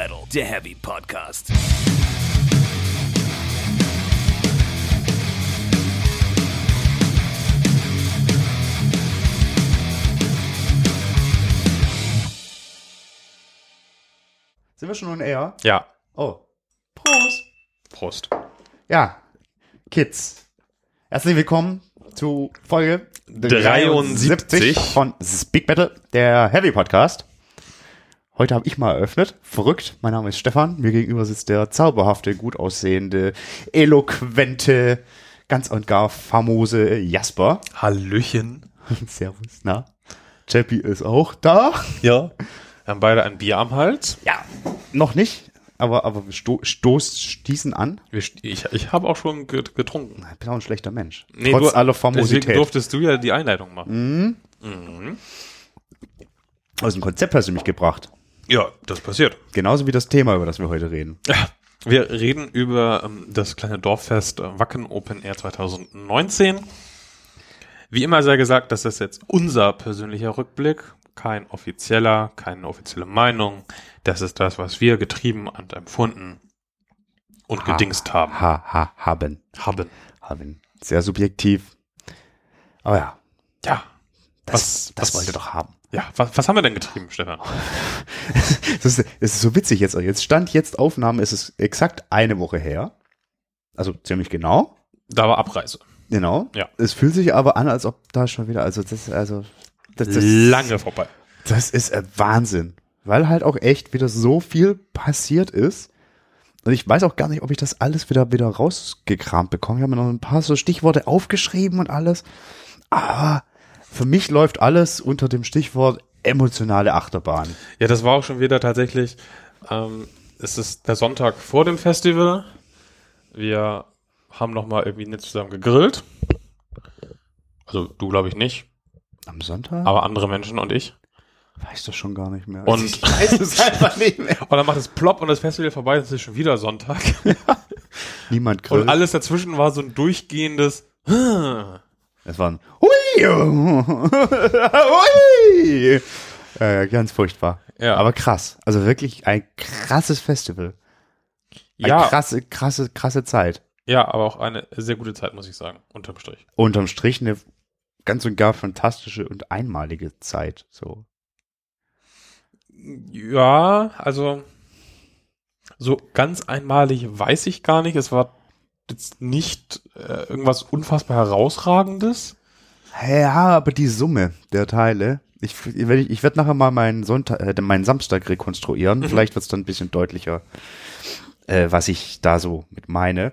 Battle, der Heavy Podcast. Sind wir schon on air? Ja. Oh. Prost. Prost. Ja, Kids. Herzlich willkommen zu Folge 73 von Speak Battle, der Heavy Podcast. Heute habe ich mal eröffnet. Verrückt. Mein Name ist Stefan. Mir gegenüber sitzt der zauberhafte, gut aussehende, eloquente, ganz und gar famose Jasper. Hallöchen. Servus, na? Chappy ist auch da. Ja. Wir haben beide ein Bier am Hals. Ja, noch nicht, aber wir stießen an. Ich habe auch schon getrunken. Ich bin auch ein schlechter Mensch. Nee, Trotz aller Famosität. Deswegen durftest du ja die Einleitung machen. Aus dem Konzept hast du mich gebracht. Ja, das passiert. Genauso wie das Thema, über das wir heute reden. Ja, wir reden über das kleine Dorffest Wacken Open Air 2019. Wie immer sei gesagt, das ist jetzt unser persönlicher Rückblick. Kein offizieller, keine offizielle Meinung. Das ist das, was wir getrieben und empfunden und gedingst haben. Haben. Sehr subjektiv. Aber ja. Ja. Das wollt ihr doch haben. Ja, was haben wir denn getrieben, Stefan? Das ist so witzig jetzt. Jetzt Aufnahme, ist es exakt eine Woche her. Also ziemlich genau. Da war Abreise. Genau. Ja. Es fühlt sich aber an, als ob da schon wieder, das lange vorbei. Das ist Wahnsinn. Weil halt auch echt wieder so viel passiert ist. Und ich weiß auch gar nicht, ob ich das alles wieder rausgekramt bekomme. Ich habe mir noch ein paar so Stichworte aufgeschrieben und alles. Aber für mich läuft alles unter dem Stichwort emotionale Achterbahn. Ja, das war auch schon wieder tatsächlich, es ist der Sonntag vor dem Festival. Wir haben nochmal irgendwie nicht zusammen gegrillt. Also du, glaube ich, nicht. Am Sonntag? Aber andere Menschen und ich. Weiß das schon gar nicht mehr. Und ich weiß es einfach nicht mehr. Und dann macht es plopp und das Festival vorbei, es ist schon wieder Sonntag. Niemand grillt. Und alles dazwischen war so ein durchgehendes Es war ein Hui! Hui! Ganz furchtbar. Ja. Aber krass. Also wirklich ein krasses Festival. Ja. Krasse Zeit. Ja, aber auch eine sehr gute Zeit, muss ich sagen, unterm Strich. Unterm Strich eine ganz und gar fantastische und einmalige Zeit. So. Ja, also so ganz einmalig weiß ich gar nicht. Es war jetzt nicht irgendwas unfassbar Herausragendes. Ja, aber die Summe der Teile. Ich werde nachher mal meinen Samstag rekonstruieren. Vielleicht wird es dann ein bisschen deutlicher, was ich da so mit meine.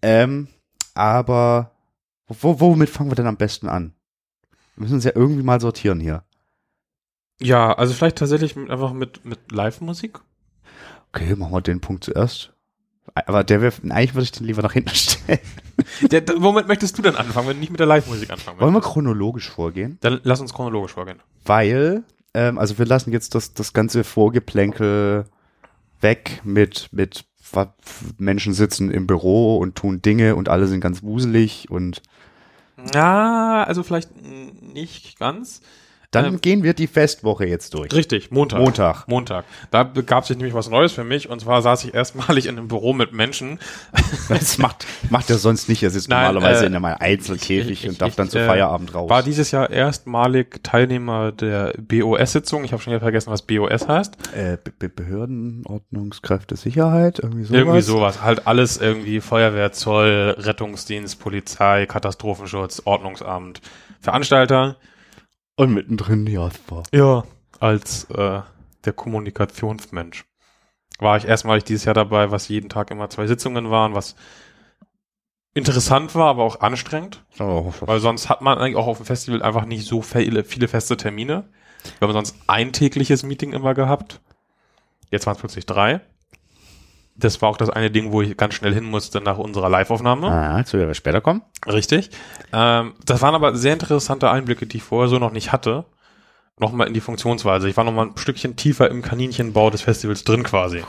Aber womit fangen wir denn am besten an? Wir müssen uns ja irgendwie mal sortieren hier. Ja, also vielleicht tatsächlich einfach mit Live-Musik. Okay, machen wir den Punkt zuerst. Aber eigentlich würde ich den lieber nach hinten stellen. Womit möchtest du denn anfangen, wenn du nicht mit der Live-Musik anfangen möchtest? Wollen wir chronologisch vorgehen? Dann lass uns chronologisch vorgehen. Weil, also wir lassen jetzt das ganze Vorgeplänkel weg mit Menschen sitzen im Büro und tun Dinge und alle sind ganz wuselig und ja, also vielleicht nicht ganz. Dann gehen wir die Festwoche jetzt durch. Richtig, Montag. Montag. Da begab sich nämlich was Neues für mich und zwar saß ich erstmalig in einem Büro mit Menschen. Das macht er sonst nicht. Er sitzt normalerweise in einem Einzelkäfig und darf dann zu Feierabend raus. War dieses Jahr erstmalig Teilnehmer der BOS-Sitzung. Ich habe schon wieder vergessen, was BOS heißt. Behörden, Ordnungskräfte, Sicherheit, irgendwie sowas. Irgendwie sowas. Halt alles irgendwie Feuerwehr, Zoll, Rettungsdienst, Polizei, Katastrophenschutz, Ordnungsamt, Veranstalter. Und mittendrin Jasper. Ja, als der Kommunikationsmensch. War ich erstmalig dieses Jahr dabei, was jeden Tag immer 2 Sitzungen waren, was interessant war, aber auch anstrengend. Oh. Weil sonst hat man eigentlich auch auf dem Festival einfach nicht so viele feste Termine. Wir haben sonst ein tägliches Meeting immer gehabt. Jetzt waren es plötzlich 3. Das war auch das eine Ding, wo ich ganz schnell hin musste nach unserer Live-Aufnahme. Zu der wir später kommen. Richtig. Das waren aber sehr interessante Einblicke, die ich vorher so noch nicht hatte. Nochmal in die Funktionsweise. Ich war nochmal ein Stückchen tiefer im Kaninchenbau des Festivals drin quasi.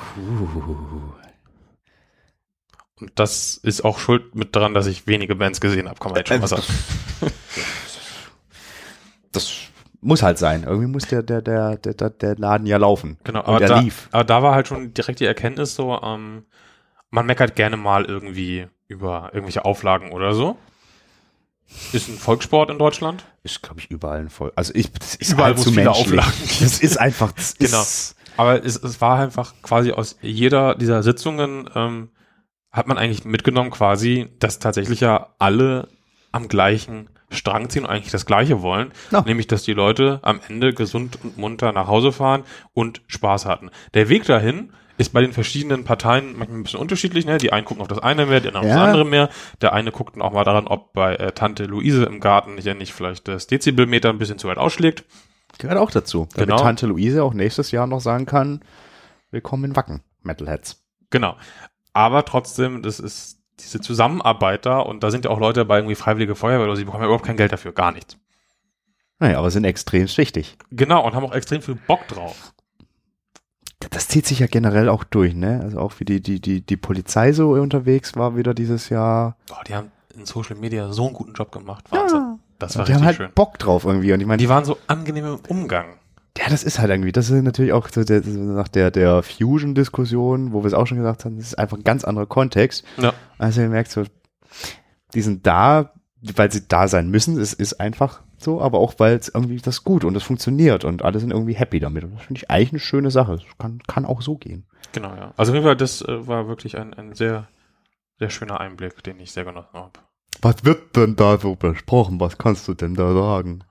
Und das ist auch schuld mit dran, dass ich wenige Bands gesehen habe. Kann man jetzt schon mal sagen. Das muss halt sein. Irgendwie muss der Laden ja laufen. Genau, Und er lief. aber da war halt schon direkt die Erkenntnis so, man meckert gerne mal irgendwie über irgendwelche Auflagen oder so. Ist ein Volkssport in Deutschland. Ist, glaube ich, überall ein Volk. Also das ist Überall, halt wo zu es viele menschlich. Auflagen gibt. Das ist einfach, das Genau. ist, Aber es war einfach quasi aus jeder dieser Sitzungen hat man eigentlich mitgenommen quasi, dass tatsächlich ja alle am gleichen Strang ziehen und eigentlich das Gleiche wollen. Ja. Nämlich, dass die Leute am Ende gesund und munter nach Hause fahren und Spaß hatten. Der Weg dahin ist bei den verschiedenen Parteien manchmal ein bisschen unterschiedlich. Ne? Die einen gucken auf das eine mehr, die anderen auf das andere mehr. Der eine guckt dann auch mal daran, ob bei Tante Luise im Garten ja nicht vielleicht das Dezibelmeter ein bisschen zu weit ausschlägt. gehört auch dazu. Damit Genau. Tante Luise auch nächstes Jahr noch sagen kann, willkommen in Wacken, Metalheads. Genau. Aber trotzdem, das ist diese Zusammenarbeit da und da sind ja auch Leute bei irgendwie Freiwillige Feuerwehr oder sie bekommen ja überhaupt kein Geld dafür, gar nichts. Naja, aber sind extrem wichtig. Genau, und haben auch extrem viel Bock drauf. Das zieht sich ja generell auch durch, ne? Also auch wie die Polizei so unterwegs war wieder dieses Jahr. Oh, die haben in Social Media so einen guten Job gemacht. Wahnsinn. Das war Die haben richtig halt schön. Bock drauf irgendwie. Und ich meine, Die waren so angenehm im Umgang. ja, das ist halt irgendwie, das ist natürlich auch so nach der Fusion-Diskussion, wo wir es auch schon gesagt haben, das ist einfach ein ganz anderer Kontext. Ja. Also ihr merkt so, die sind da, weil sie da sein müssen, es ist einfach so, aber auch, weil es irgendwie das gut und das funktioniert und alle sind irgendwie happy damit. Und das finde ich eigentlich eine schöne Sache. Das kann auch so gehen. Genau, ja. Also auf jeden Fall, das war wirklich ein sehr, sehr schöner Einblick, den ich sehr genossen habe. Was wird denn da so besprochen? Was kannst du denn da sagen?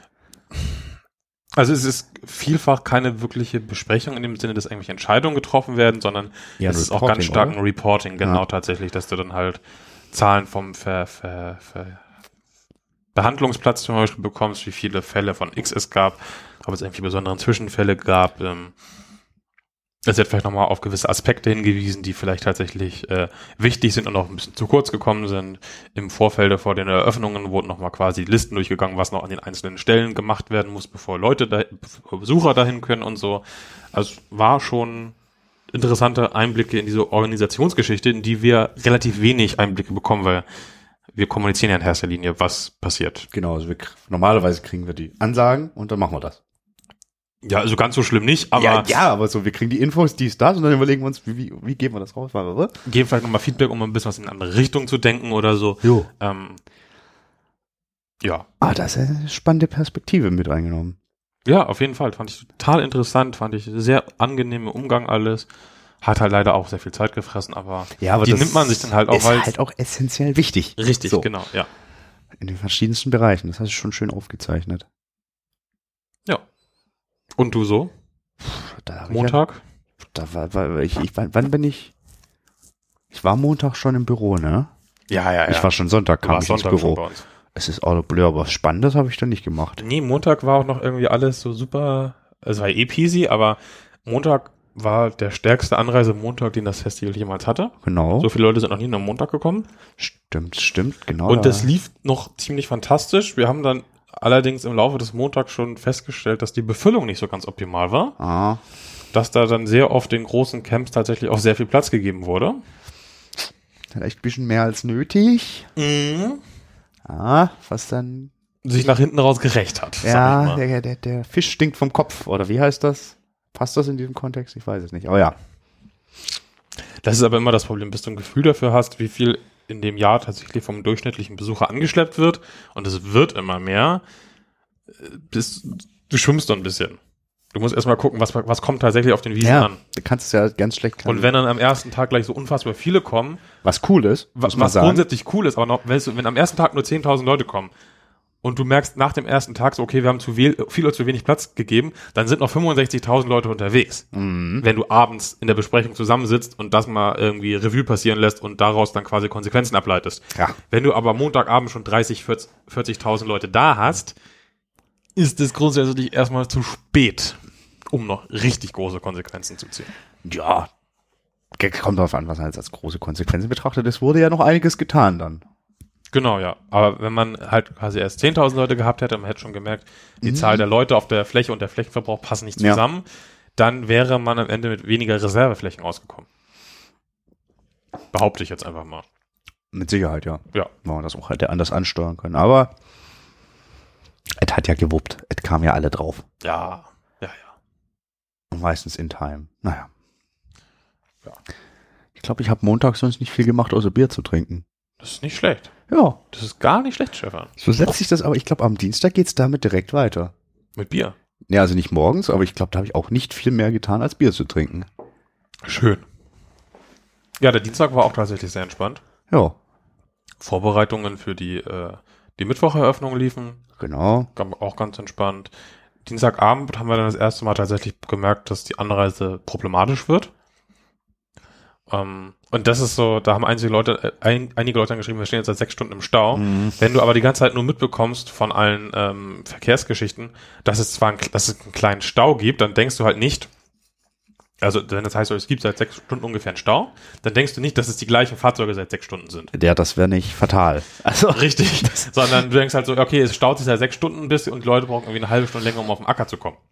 Also es ist vielfach keine wirkliche Besprechung in dem Sinne, dass irgendwelche Entscheidungen getroffen werden, sondern Ja, es ist auch Reporting, ganz stark oder? ein Reporting, genau Ja. tatsächlich, dass du dann halt Zahlen vom Behandlungsplatz zum Beispiel bekommst, wie viele Fälle von X es gab, ob es irgendwie besonderen Zwischenfälle gab. Es wird vielleicht nochmal auf gewisse Aspekte hingewiesen, die vielleicht tatsächlich wichtig sind und auch ein bisschen zu kurz gekommen sind. Im Vorfeld vor den Eröffnungen wurden nochmal quasi Listen durchgegangen, was noch an den einzelnen Stellen gemacht werden muss, bevor Besucher dahin können und so. Also es war schon interessante Einblicke in diese Organisationsgeschichte, in die wir relativ wenig Einblicke bekommen, weil wir kommunizieren ja in erster Linie, was passiert. Genau, also normalerweise kriegen wir die Ansagen und dann machen wir das. Ja, also ganz so schlimm nicht, aber aber so, wir kriegen die Infos, dies, das und dann überlegen wir uns, wie geben wir das raus? geben vielleicht nochmal Feedback, um ein bisschen was in eine andere Richtung zu denken oder so. Jo. Ja. Ah, das ist eine spannende Perspektive mit reingenommen. Ja, auf jeden Fall. Fand ich total interessant, fand ich sehr angenehm im Umgang alles. Hat halt leider auch sehr viel Zeit gefressen, aber, Ja, aber die das nimmt man sich dann halt auch, ist weil halt auch essentiell wichtig. richtig, So. genau, ja. In den verschiedensten Bereichen. Das hast du schon schön aufgezeichnet. Ja. Und du so? Da hab ich Montag? Ja, wann bin ich? Ich war Montag schon im Büro, ne? Ja. Ich war schon Sonntag, Du kam warst ich ins Sonntag schon Büro. bei uns. Es ist all blöd, aber was Spannendes habe ich da nicht gemacht. Nee, Montag war auch noch irgendwie alles so super, es war peasy, aber Montag war der stärkste Anreisemontag, den das Festival jemals hatte. Genau. So viele Leute sind noch nie am Montag gekommen. Stimmt, genau. Und das lief noch ziemlich fantastisch. Wir haben dann allerdings im Laufe des Montags schon festgestellt, dass die Befüllung nicht so ganz optimal war. Ah, Dass da dann sehr oft den großen Camps tatsächlich auch sehr viel Platz gegeben wurde. vielleicht ein bisschen mehr als nötig. Ah, was dann? Sich nach hinten raus gerecht hat. Ja, sag ich mal. der Fisch stinkt vom Kopf, oder wie heißt das? Passt das in diesem Kontext? Ich weiß es nicht, aber ja. Das ist aber immer das Problem, bis du ein Gefühl dafür hast, wie viel in dem Jahr tatsächlich vom durchschnittlichen Besucher angeschleppt wird. Und es wird immer mehr. Du schwimmst so ein bisschen. Du musst erstmal gucken, was kommt tatsächlich auf den Wiesen Ja, an. du kannst es ja ganz schlecht. Und wenn dann am ersten Tag gleich so unfassbar viele kommen, was cool ist, muss man was sagen. grundsätzlich cool ist, aber noch, wenn am ersten Tag nur 10.000 Leute kommen und du merkst nach dem ersten Tag so, okay, wir haben viel oder zu wenig Platz gegeben, dann sind noch 65.000 Leute unterwegs. Wenn du abends in der Besprechung zusammensitzt und das mal irgendwie Revue passieren lässt und daraus dann quasi Konsequenzen ableitest. Ja. Wenn du aber Montagabend schon 40.000 Leute da hast, ist es grundsätzlich erstmal zu spät, um noch richtig große Konsequenzen zu ziehen. Ja, kommt darauf an, was halt als große Konsequenzen betrachtet. Es wurde ja noch einiges getan dann. Genau, ja. Aber wenn man halt quasi erst 10.000 Leute gehabt hätte, man hätte schon gemerkt, die Zahl der Leute auf der Fläche und der Flächenverbrauch passen nicht zusammen, dann wäre man am Ende mit weniger Reserveflächen ausgekommen. Behaupte ich jetzt einfach mal. Mit Sicherheit, ja. Ja. Wenn man das auch hätte anders ansteuern können. Aber es hat ja gewuppt. Es kamen ja alle drauf. Ja. Und meistens in Time. Naja. Ja. Ich glaube, ich habe montags sonst nicht viel gemacht, außer Bier zu trinken. Das ist nicht schlecht. Ja. Das ist gar nicht schlecht, Stefan. So setzt sich das, aber ich glaube, am Dienstag geht's damit direkt weiter. Mit Bier. Ja, also nicht morgens, aber ich glaube, da habe ich auch nicht viel mehr getan, als Bier zu trinken. Schön. Ja, der Dienstag war auch tatsächlich sehr entspannt. Ja. Vorbereitungen für die Mittwocheröffnung liefen. Genau. Auch ganz entspannt. Dienstagabend haben wir dann das erste Mal tatsächlich gemerkt, dass die Anreise problematisch wird. Und das ist so, da haben einige Leute angeschrieben, wir stehen jetzt seit 6 Stunden im Stau. Wenn du aber die ganze Zeit nur mitbekommst von allen Verkehrsgeschichten, dass es einen kleinen Stau gibt, dann denkst du halt nicht, also wenn das heißt, es gibt seit 6 Stunden ungefähr einen Stau, dann denkst du nicht, dass es die gleichen Fahrzeuge seit 6 Stunden sind. Ja, das wäre nicht fatal. Also Richtig. Sondern du denkst halt so, okay, es staut sich seit 6 Stunden bis und die Leute brauchen irgendwie eine halbe Stunde länger, um auf den Acker zu kommen.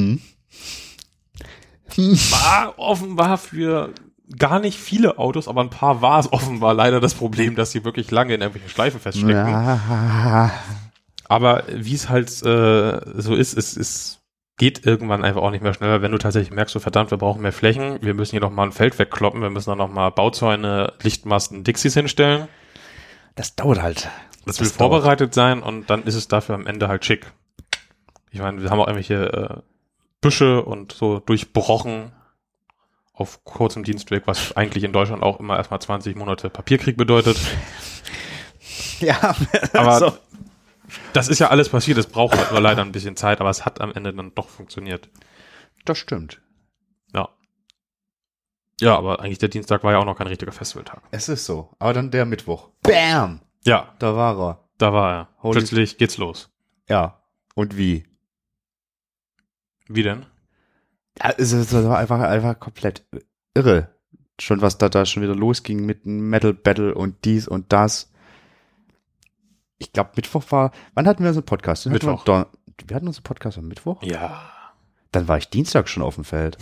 War offenbar für gar nicht viele Autos, aber ein paar war es offenbar leider das Problem, dass sie wirklich lange in irgendwelchen Schleifen feststecken. Ja. Aber wie es halt so ist, es geht irgendwann einfach auch nicht mehr schneller, wenn du tatsächlich merkst, so verdammt, wir brauchen mehr Flächen, wir müssen hier noch mal ein Feld wegkloppen, wir müssen dann noch mal Bauzäune, Lichtmasten, Dixies hinstellen. Das dauert halt. Das will vorbereitet sein und dann ist es dafür am Ende halt schick. Ich meine, wir haben auch irgendwelche Büsche und so durchbrochen auf kurzem Dienstweg, was eigentlich in Deutschland auch immer erstmal 20 Monate Papierkrieg bedeutet. Ja, Aber so. das ist ja alles passiert, es braucht halt nur leider ein bisschen Zeit, aber es hat am Ende dann doch funktioniert. Das stimmt. Ja. Ja, aber eigentlich der Dienstag war ja auch noch kein richtiger Festivaltag. Es ist so. Aber dann der Mittwoch. Bam! Ja, Da war er. da war er. Holy- Plötzlich geht's los. Ja. Und wie? Wie denn? Ja, es war einfach komplett irre. Schon was da schon wieder losging mit einem Metal Battle und dies und das. Ich glaube, Mittwoch war, wann hatten wir so einen Podcast? Mittwoch. Wir hatten unseren Podcast am Mittwoch? Ja. Dann war ich Dienstag schon auf dem Feld.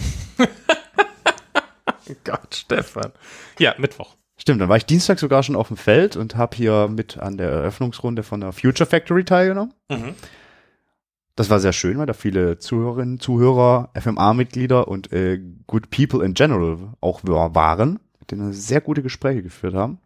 Gott, Stefan. Ja, Mittwoch. Stimmt, dann war ich Dienstag sogar schon auf dem Feld und habe hier mit an der Eröffnungsrunde von der Future Factory teilgenommen. Mhm. Das war sehr schön, weil da viele Zuhörerinnen, Zuhörer, FMA-Mitglieder und Good People in General auch waren, mit denen wir sehr gute Gespräche geführt haben.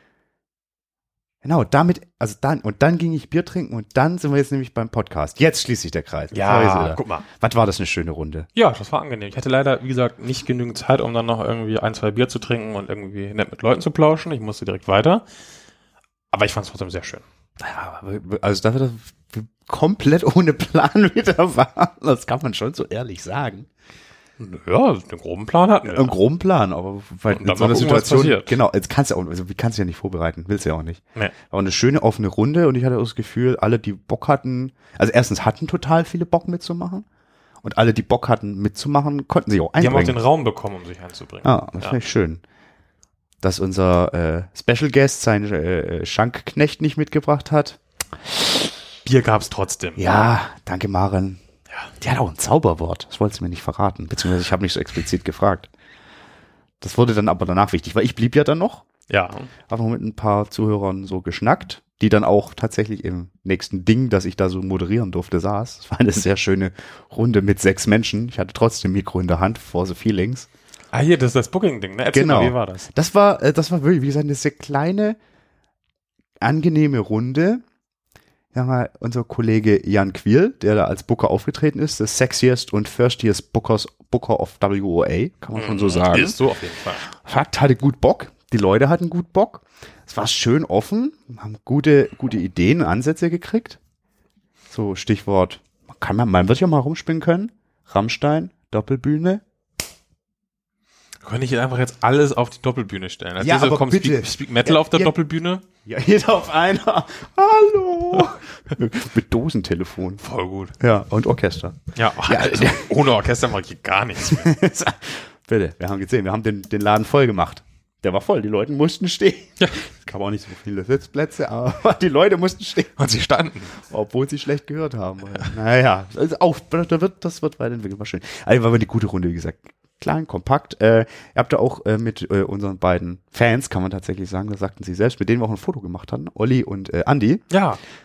Genau, dann ging ich Bier trinken und dann sind wir jetzt nämlich beim Podcast. Jetzt schließt sich der Kreis. Ja, guck mal. Was war das eine schöne Runde? Ja, das war angenehm. Ich hatte leider, wie gesagt, nicht genügend Zeit, um dann noch irgendwie 1, 2 Bier zu trinken und irgendwie nett mit Leuten zu plauschen. Ich musste direkt weiter. Aber ich fand es trotzdem sehr schön. Ja, also dafür, dass wir komplett ohne Plan wieder waren, das kann man schon so ehrlich sagen. Ja, den groben Plan hatten wir. Einen groben Plan, aber weil Und dann in so einer mal gucken, was Situation, passiert. genau, jetzt kannst du auch, also wie kannst du ja nicht vorbereiten, willst du ja auch nicht. Nee. Aber eine schöne offene Runde und ich hatte auch das Gefühl, alle, die Bock hatten, also erstens hatten total viele Bock mitzumachen und alle, die Bock hatten mitzumachen, konnten sich auch Die haben auch einbringen. den Raum bekommen, um sich einzubringen. Ah, das finde ich schön. Dass unser Special Guest seinen Schankknecht nicht mitgebracht hat. Bier gab's trotzdem. Ja, danke Maren. Ja. Die hat auch ein Zauberwort, das wollte sie mir nicht verraten, beziehungsweise ich habe nicht so explizit gefragt. Das wurde dann aber danach wichtig, weil ich blieb ja dann noch. Ja. Habe noch mit ein paar Zuhörern so geschnackt, die dann auch tatsächlich im nächsten Ding, das ich da so moderieren durfte, saß. Es war eine sehr schöne Runde mit 6 Menschen. Ich hatte trotzdem Mikro in der Hand, for the feelings. Ah, hier, das ist das Booking-Ding, ne? Erzähl Genau. mal, wie war das? Das war wirklich, wie gesagt, eine sehr kleine, angenehme Runde. Ja, mal unser Kollege Jan Quiel, der da als Booker aufgetreten ist, the sexiest und thirstiest Booker of WOA, kann man schon so sagen. Ist so auf jeden Fall. Hatte gut Bock. Die Leute hatten gut Bock. Es war schön offen, haben gute Ideen, Ansätze gekriegt. So Stichwort, man wird ja mal rumspinnen können. Rammstein, Doppelbühne. Könnte ich einfach jetzt alles auf die Doppelbühne stellen? Als Ja, diese aber kommt bitte. Speak Metal Ja, auf der ja. Doppelbühne? Ja, jeder auf einer. Hallo. Mit Dosentelefon. Voll gut. Ja, und Orchester. Ja, also, ohne Orchester mache ich hier gar nichts mehr. Bitte, wir haben gesehen, wir haben den Laden voll gemacht. Der war voll, die Leute mussten stehen. Ja. Es gab auch nicht so viele Sitzplätze, aber die Leute mussten stehen. Und sie standen. Obwohl sie schlecht gehört haben. Naja, also auch, das wird weiterentwickelt, war schön. Also war eine gute Runde, wie gesagt. Klein, kompakt. Ihr habt da auch mit unseren beiden Fans, kann man tatsächlich sagen, das sagten sie selbst, mit denen wir auch ein Foto gemacht hatten, Olli und Andi. Ja.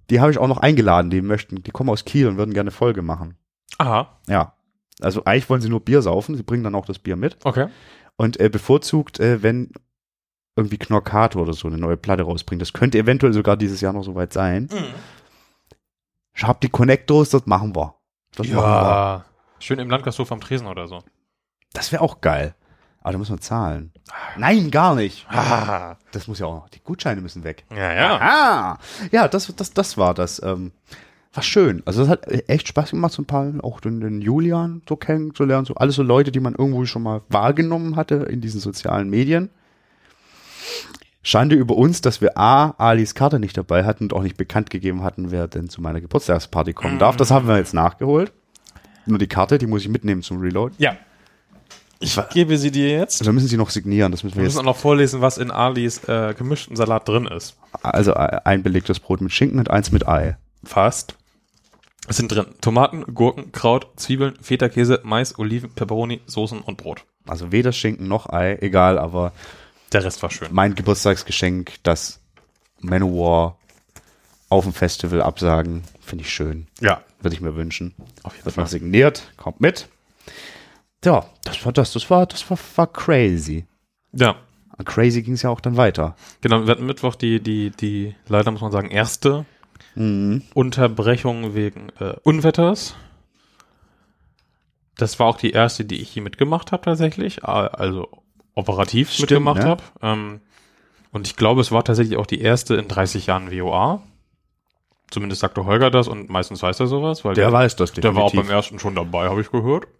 Die habe ich auch noch eingeladen, die kommen aus Kiel und würden gerne eine Folge machen. Aha, Ja. Also eigentlich wollen sie nur Bier saufen, sie bringen dann auch das Bier mit. okay. Und bevorzugt, wenn irgendwie Knorkator oder so eine neue Platte rausbringt. Das könnte eventuell sogar dieses Jahr noch soweit sein. Habt die Connectors, das machen wir. Das machen wir. Ja, schön im Landgasthof am Tresen oder so. Das wäre auch geil. Aber da muss man zahlen. Nein, gar nicht. Ah. Das muss ja auch noch. Die Gutscheine müssen weg. Ja, ja. Ah, ja, das war das. War schön. Also das hat echt Spaß gemacht, so ein paar, auch den Julian so kennenzulernen. So alles so Leute, die man irgendwo schon mal wahrgenommen hatte in diesen sozialen Medien. Schande über uns, dass wir Alis Karte nicht dabei hatten und auch nicht bekannt gegeben hatten, wer denn zu meiner Geburtstagsparty kommen darf. Das haben wir jetzt nachgeholt. Nur die Karte, die muss ich mitnehmen zum Reload. Ja. Ich gebe sie dir jetzt. Also müssen sie noch signieren. Das müssen wir Wir jetzt. müssen auch noch vorlesen, was in Alis gemischten Salat drin ist. Also ein belegtes Brot mit Schinken und eins mit Ei. Fast. Es sind drin Tomaten, Gurken, Kraut, Zwiebeln, Feta-Käse, Mais, Oliven, Peperoni, Soßen und Brot. Also weder Schinken noch Ei, egal, aber Der Rest war schön. mein Geburtstagsgeschenk, das Manowar auf dem Festival absagen, finde ich schön. Ja, Würde ich mir wünschen. auf jeden Wird Fall. noch signiert, kommt mit. Ja, das war crazy. Ja, Und crazy ging es ja auch dann weiter. genau. Wir hatten Mittwoch die leider muss man sagen, erste Unterbrechung wegen Unwetters. Das war auch die erste, die ich hier mitgemacht habe tatsächlich. Also operativ Stimmt, mitgemacht ne? habe. Und ich glaube, es war tatsächlich auch die erste in 30 Jahren WOA. Zumindest sagte Holger das und meistens weiß er sowas. Weil Der weiß das Der war auch definitiv. beim ersten schon dabei, habe ich gehört.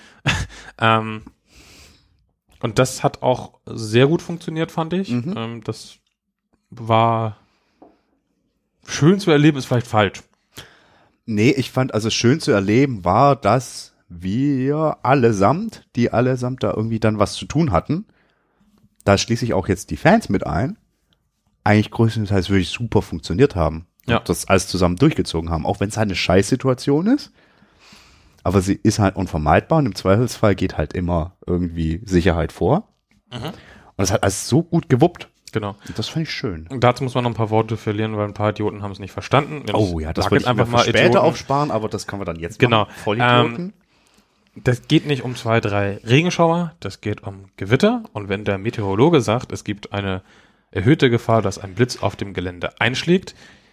Und das hat auch sehr gut funktioniert, fand ich. Das war schön zu erleben, ist vielleicht falsch. Nee, ich fand, also schön zu erleben war, dass wir die allesamt da irgendwie dann was zu tun hatten, da schließe ich auch jetzt die Fans mit ein, eigentlich größtenteils wirklich super funktioniert haben. Ja. Und das alles zusammen durchgezogen haben, auch wenn es halt eine Scheißsituation ist. Aber sie ist halt unvermeidbar und im Zweifelsfall geht halt immer irgendwie Sicherheit vor. Und das hat alles so gut gewuppt. Genau. Und das fand ich schön. Und dazu muss man noch ein paar Worte verlieren, weil ein paar Idioten haben es nicht verstanden. Oh ja, das sag wollte jetzt ich einfach mal später Idioten. aufsparen, aber das können wir dann jetzt Genau. machen. Vollidioten. Das geht nicht um 2, 3 Regenschauer, das geht um Gewitter. Und wenn der Meteorologe sagt, es gibt eine erhöhte Gefahr, dass ein Blitz auf dem Gelände einschlägt,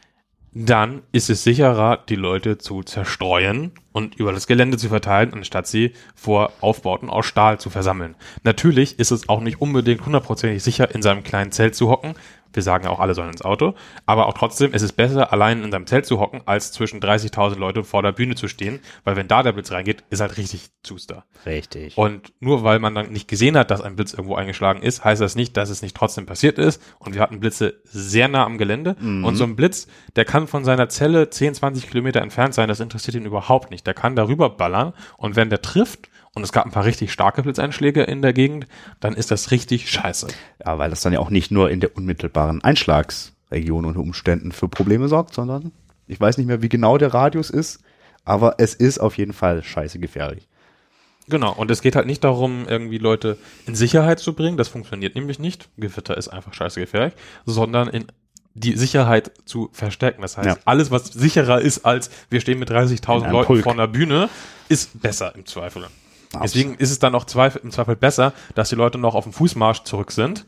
dann ist es sicherer, die Leute zu zerstreuen und über das Gelände zu verteilen, anstatt sie vor Aufbauten aus Stahl zu versammeln. Natürlich ist es auch nicht unbedingt 100% sicher, in seinem kleinen Zelt zu hocken. Wir sagen ja auch, alle sollen ins Auto. Aber auch trotzdem ist es besser, allein in seinem Zelt zu hocken, als zwischen 30.000 Leute vor der Bühne zu stehen. Weil wenn da der Blitz reingeht, ist halt richtig Zuster. Richtig. Und nur weil man dann nicht gesehen hat, dass ein Blitz irgendwo eingeschlagen ist, heißt das nicht, dass es nicht trotzdem passiert ist. Und wir hatten Blitze sehr nah am Gelände. Und so ein Blitz, der kann von seiner Zelle 10, 20 Kilometer entfernt sein. Das interessiert ihn überhaupt nicht. Der kann darüber ballern. Und wenn der trifft, und es gab ein paar richtig starke Blitzeinschläge in der Gegend, dann ist das richtig scheiße. Ja, weil das dann ja auch nicht nur in der unmittelbaren Einschlagsregion unter Umständen für Probleme sorgt, sondern ich weiß nicht mehr, wie genau der Radius ist, aber es ist auf jeden Fall scheiße gefährlich. Genau, und es geht halt nicht darum, irgendwie Leute in Sicherheit zu bringen, das funktioniert nämlich nicht, Gewitter ist einfach scheiße gefährlich, sondern in die Sicherheit zu verstärken. Das heißt, alles, was sicherer ist als wir stehen mit 30.000 Leuten Pulk vor einer Bühne, ist besser im Zweifel. Deswegen ist es dann auch im Zweifel besser, dass die Leute noch auf dem Fußmarsch zurück sind,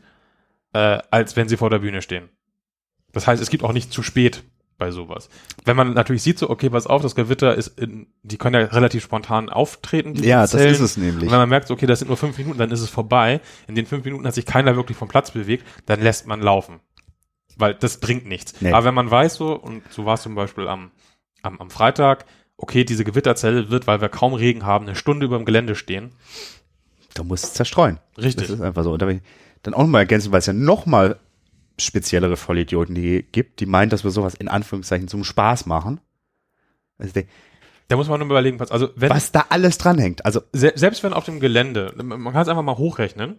als wenn sie vor der Bühne stehen. Das heißt, es gibt auch nicht zu spät bei sowas. Wenn man natürlich sieht, so, okay, pass auf, das Gewitter die können ja relativ spontan auftreten. Die Ja, das Zellen. ist es nämlich. Und wenn man merkt, okay, das sind nur 5 Minuten, dann ist es vorbei. In den 5 Minuten hat sich keiner wirklich vom Platz bewegt, dann lässt man laufen. Weil das bringt nichts. Nee. Aber wenn man weiß so, und so war es zum Beispiel am Freitag, okay, diese Gewitterzelle wird, weil wir kaum Regen haben, eine Stunde über dem Gelände stehen. Du musst es zerstreuen. Richtig. Das ist einfach so. Und da will ich dann auch nochmal ergänzen, weil es ja nochmal speziellere Vollidioten gibt, die meinen, dass wir sowas in Anführungszeichen zum Spaß machen. Also Da muss man nur überlegen, was da alles dranhängt. Also selbst wenn auf dem Gelände, man kann es einfach mal hochrechnen,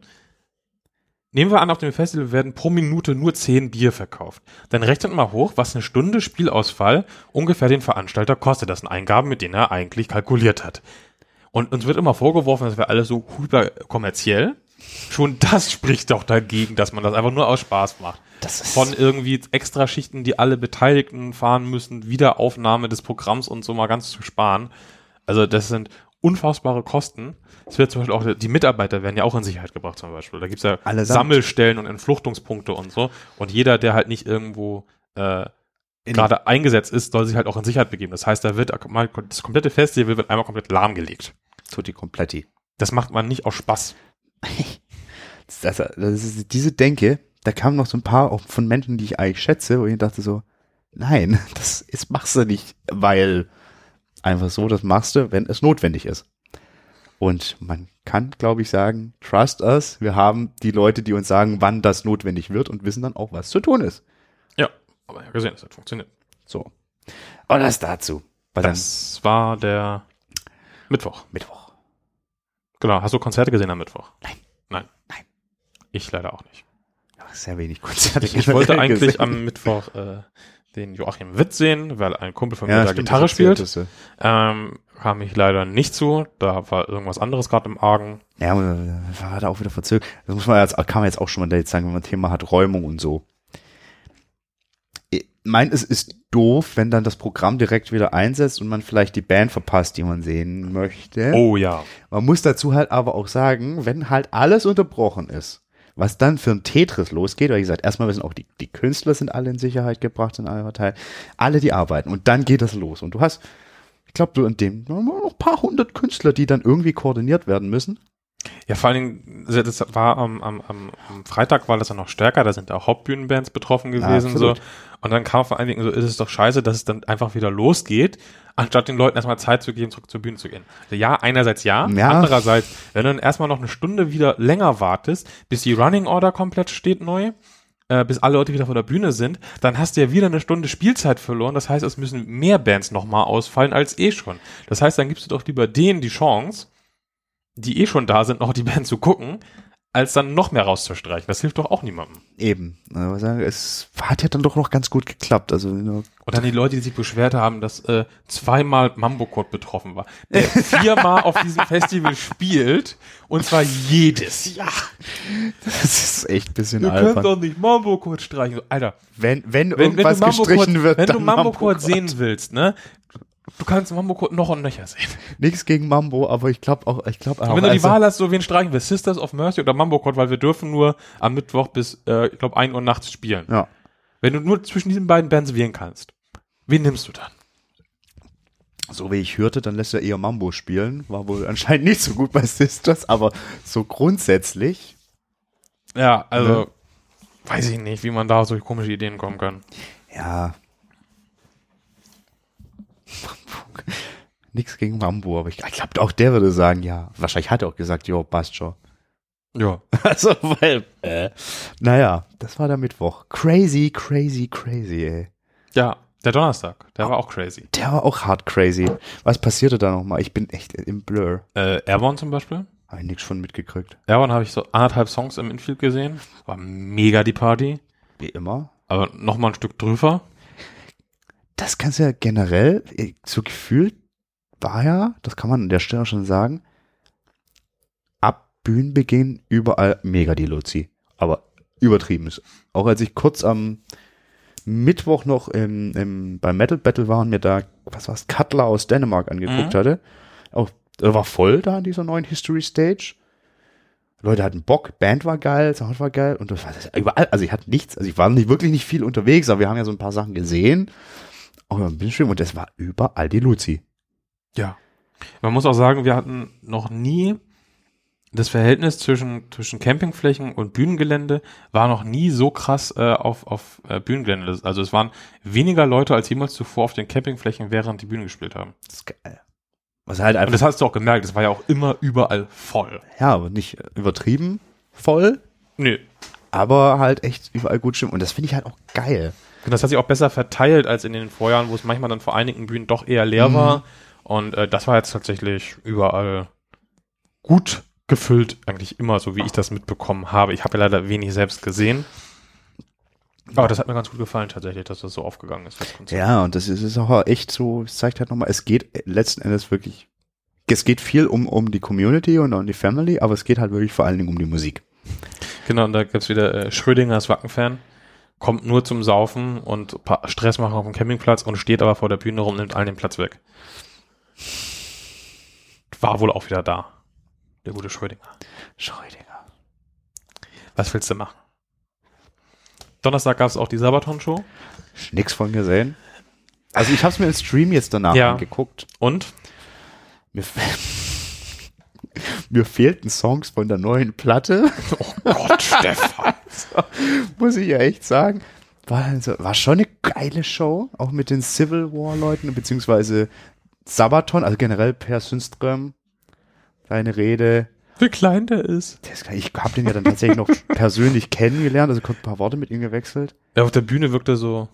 nehmen wir an, auf dem Festival werden pro Minute nur 10 Bier verkauft. Dann rechnet mal hoch, was eine Stunde Spielausfall ungefähr den Veranstalter kostet. Das sind Eingaben, mit denen er eigentlich kalkuliert hat. Und uns wird immer vorgeworfen, dass wir alle so hyper kommerziell. Schon das spricht doch dagegen, dass man das einfach nur aus Spaß macht. Das ist Von irgendwie Extraschichten, die alle Beteiligten fahren müssen, Wiederaufnahme des Programms und so mal ganz zu sparen. Also das sind unfassbare Kosten. Es wird zum Beispiel auch, die Mitarbeiter werden ja auch in Sicherheit gebracht zum Beispiel. Da gibt's ja Allesamt. Sammelstellen und Entfluchtungspunkte und so. Und jeder, der halt nicht irgendwo gerade eingesetzt ist, soll sich halt auch in Sicherheit begeben. Das heißt, da wird das komplette Festival wird einmal komplett lahmgelegt. Tutti Kompletti. Das macht man nicht aus Spaß. Das ist diese Denke, da kamen noch so ein paar auch von Menschen, die ich eigentlich schätze, wo ich dachte so, nein, das machst du nicht, weil einfach so, das machst du, wenn es notwendig ist. Und man kann, glaube ich, sagen, trust us, wir haben die Leute, die uns sagen, wann das notwendig wird und wissen dann auch, was zu tun ist. Ja, aber ja gesehen, das hat funktioniert. So. Und das dazu. Das war der Mittwoch. Mittwoch. Genau, hast du Konzerte gesehen am Mittwoch? Nein. Nein. Ich leider auch nicht. Ja, sehr wenig Konzerte. Ich wollte eigentlich am Mittwoch den Joachim Witt sehen, weil ein Kumpel von mir da stimmt, Gitarre das spielt. erzähltest du. Kam ich leider nicht zu. Da war irgendwas anderes gerade im Argen. Ja, war da auch wieder verzögert. Das muss man kann man jetzt auch schon mal jetzt sagen, wenn man ein Thema hat, Räumung und so. Ich meine, es ist doof, wenn dann das Programm direkt wieder einsetzt und man vielleicht die Band verpasst, die man sehen möchte. Oh ja. Man muss dazu halt aber auch sagen, wenn halt alles unterbrochen ist, was dann für ein Tetris losgeht, weil wie gesagt, erstmal sind auch die Künstler sind alle in Sicherheit gebracht in einer Teil, alle die arbeiten und dann geht das los und du hast, ich glaube, du in dem noch ein paar hundert Künstler, die dann irgendwie koordiniert werden müssen. Ja, vor allen Dingen, das war am Freitag war das ja noch stärker, da sind auch Hauptbühnenbands betroffen gewesen, so. Und dann kam vor allen Dingen so, ist es doch scheiße, dass es dann einfach wieder losgeht, anstatt den Leuten erstmal Zeit zu geben, zurück zur Bühne zu gehen. Also ja, einerseits ja, andererseits, wenn du dann erstmal noch eine Stunde wieder länger wartest, bis die Running Order komplett steht neu, bis alle Leute wieder vor der Bühne sind, dann hast du ja wieder eine Stunde Spielzeit verloren. Das heißt, es müssen mehr Bands nochmal ausfallen als eh schon. Das heißt, dann gibst du doch lieber denen die Chance, die eh schon da sind, noch die Band zu gucken, als dann noch mehr rauszustreichen. Das hilft doch auch niemandem. Eben. Aber sagen, es hat ja dann doch noch ganz gut geklappt. Also, und dann die Leute, die sich beschwert haben, dass zweimal Mambo-Code betroffen war. Der 4-mal auf diesem Festival spielt und zwar jedes Jahr. Das ist echt ein bisschen albern. Du könnt doch nicht Mambo-Code streichen. So, Alter. Wenn irgendwas gestrichen wird, wenn dann du Mambo-Code sehen willst, ne? Du kannst Mambo-Code noch und nöcher sehen. Nichts gegen Mambo, aber ich glaube auch, wenn du die Wahl hast, so wen streichen wir, Sisters of Mercy oder Mambo-Code, weil wir dürfen nur am Mittwoch bis, ich glaube, 1 Uhr nachts spielen. Ja. Wenn du nur zwischen diesen beiden Bands wählen kannst, wen nimmst du dann? So wie ich hörte, dann lässt er eher Mambo spielen. War wohl anscheinend nicht so gut bei Sisters, aber so grundsätzlich. Ja, also, weiß ich nicht, wie man da auf solche komische Ideen kommen kann. Ja. Nichts gegen Mambo, aber ich glaube, auch der würde sagen, ja. Wahrscheinlich hat er auch gesagt, jo, passt schon. Ja. Also, weil, naja, das war der Mittwoch. Crazy, ey. Ja, der Donnerstag, der war auch crazy. Der war auch hart crazy. Was passierte da nochmal? Ich bin echt im Blur. Airborne zum Beispiel? Habe ich nichts von mitgekriegt. Airborne habe ich so 1,5 Songs im Infield gesehen. War mega die Party. Wie immer. Aber nochmal ein Stück drüber. Das kannst du ja generell, so gefühlt war ja, das kann man an der Stelle schon sagen, ab Bühnenbeginn überall mega die Luzi. Aber übertrieben ist. Auch als ich kurz am Mittwoch noch beim Metal Battle war und mir da, was war's, Cutler aus Dänemark angeguckt hatte, auch, war voll da in dieser neuen History Stage. Leute hatten Bock, Band war geil, Sound war geil und das war überall, also ich hatte nichts, also ich war wirklich nicht viel unterwegs, aber wir haben ja so ein paar Sachen gesehen. Auch ein bisschen schön und es war überall die Luzi. Ja. Man muss auch sagen, wir hatten noch nie das Verhältnis zwischen Campingflächen und Bühnengelände war noch nie so krass auf Bühnengelände. Also es waren weniger Leute als jemals zuvor auf den Campingflächen, während die Bühne gespielt haben. Das ist geil. Was halt einfach, und das hast du auch gemerkt, es war ja auch immer überall voll. Ja, aber nicht übertrieben voll. Nee. Aber halt echt überall gut stimmt. Und das finde ich halt auch geil. Und das hat sich auch besser verteilt als in den Vorjahren, wo es manchmal dann vor einigen Bühnen doch eher leer war. Und das war jetzt tatsächlich überall gut gefüllt, eigentlich immer, so wie ich das mitbekommen habe. Ich habe ja leider wenig selbst gesehen. Aber das hat mir ganz gut gefallen tatsächlich, dass das so aufgegangen ist. Das Konzept. Ja, und das ist auch echt so, es zeigt halt nochmal, es geht letzten Endes wirklich es geht viel um die Community und um die Family, aber es geht halt wirklich vor allen Dingen um die Musik. Genau, und da gibt's wieder Schrödinger als Wacken-Fan, kommt nur zum Saufen und ein paar Stress machen auf dem Campingplatz und steht aber vor der Bühne rum und nimmt allen den Platz weg. War wohl auch wieder da, der gute Schrödinger. Was willst du machen? Donnerstag gab's auch die Sabaton-Show. Nix von gesehen. Also ich habe es mir im Stream jetzt danach angeguckt. Und? Mir fehlten Songs von der neuen Platte. Oh Gott, Stefan. Muss ich ja echt sagen. War schon eine geile Show, auch mit den Civil War-Leuten, beziehungsweise Sabaton, also generell Per Sundström, seine Rede. Wie klein der ist. Ich habe den ja dann tatsächlich noch persönlich kennengelernt, also ein paar Worte mit ihm gewechselt. Ja, auf der Bühne wirkt er so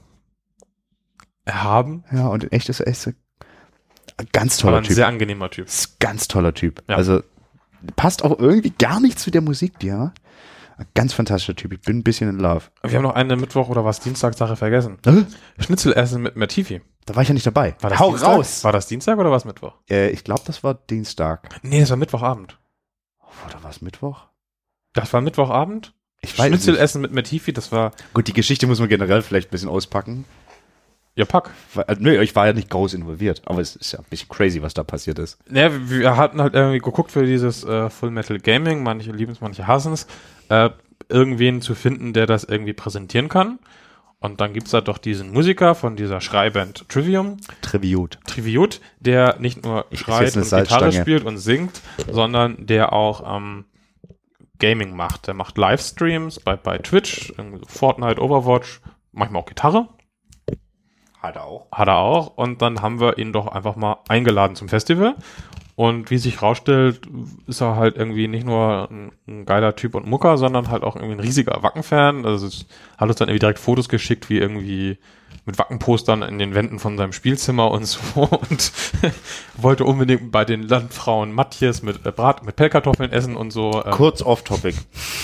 erhaben. Ja, und in echt ist er echt ein ganz toller Typ. Ein sehr angenehmer Typ. Ist ein ganz toller Typ. Ja. Also passt auch irgendwie gar nicht zu der Musik, die er. Ein ganz fantastischer Typ. Ich bin ein bisschen in love. Wir haben noch eine Mittwoch- oder was Dienstag-Sache vergessen. Schnitzel-Essen mit Matifi. Da war ich ja nicht dabei. War das Hau Dienstag? raus! War das Dienstag oder war es Mittwoch? Ich glaube, das war Dienstag. Nee, das war Mittwochabend. Oder war es Mittwoch? Das war Mittwochabend? Ich weiß Schnitzel-Essen mit Matifi, das war... Gut, die Geschichte muss man generell vielleicht ein bisschen auspacken. Ja, pack. Nö, ich war ja nicht groß involviert, aber es ist ja ein bisschen crazy, was da passiert ist. Naja, wir hatten halt irgendwie geguckt für dieses Full Metal Gaming, manche lieben es, manche hassen es, irgendwen zu finden, der das irgendwie präsentieren kann. Und dann gibt's da doch diesen Musiker von dieser Schreiband Triviut, der nicht nur schreit und Gitarre spielt und singt, sondern der auch Gaming macht. Der macht Livestreams bei Twitch, Fortnite, Overwatch, manchmal auch Gitarre. Hat er auch. Und dann haben wir ihn doch einfach mal eingeladen zum Festival. Und wie sich rausstellt, ist er halt irgendwie nicht nur ein geiler Typ und Mucker, sondern halt auch irgendwie ein riesiger Wacken-Fan. Also es hat uns dann irgendwie direkt Fotos geschickt, wie irgendwie mit Wacken-Postern in den Wänden von seinem Spielzimmer und so. Und wollte unbedingt bei den Landfrauen Matthias mit Pellkartoffeln essen und so. Kurz off-topic.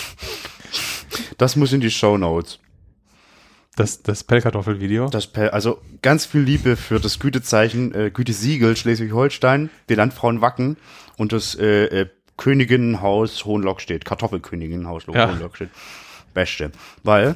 Das muss in die Shownotes. Das Pellkartoffel-Video? Also ganz viel Liebe für das Gütezeichen, Gütesiegel Schleswig-Holstein, die Landfrauen Wacken und das Königinnenhaus Hohenlockstedt, Kartoffelköniginnenhaus Hohenlockstedt. Beste. Weil,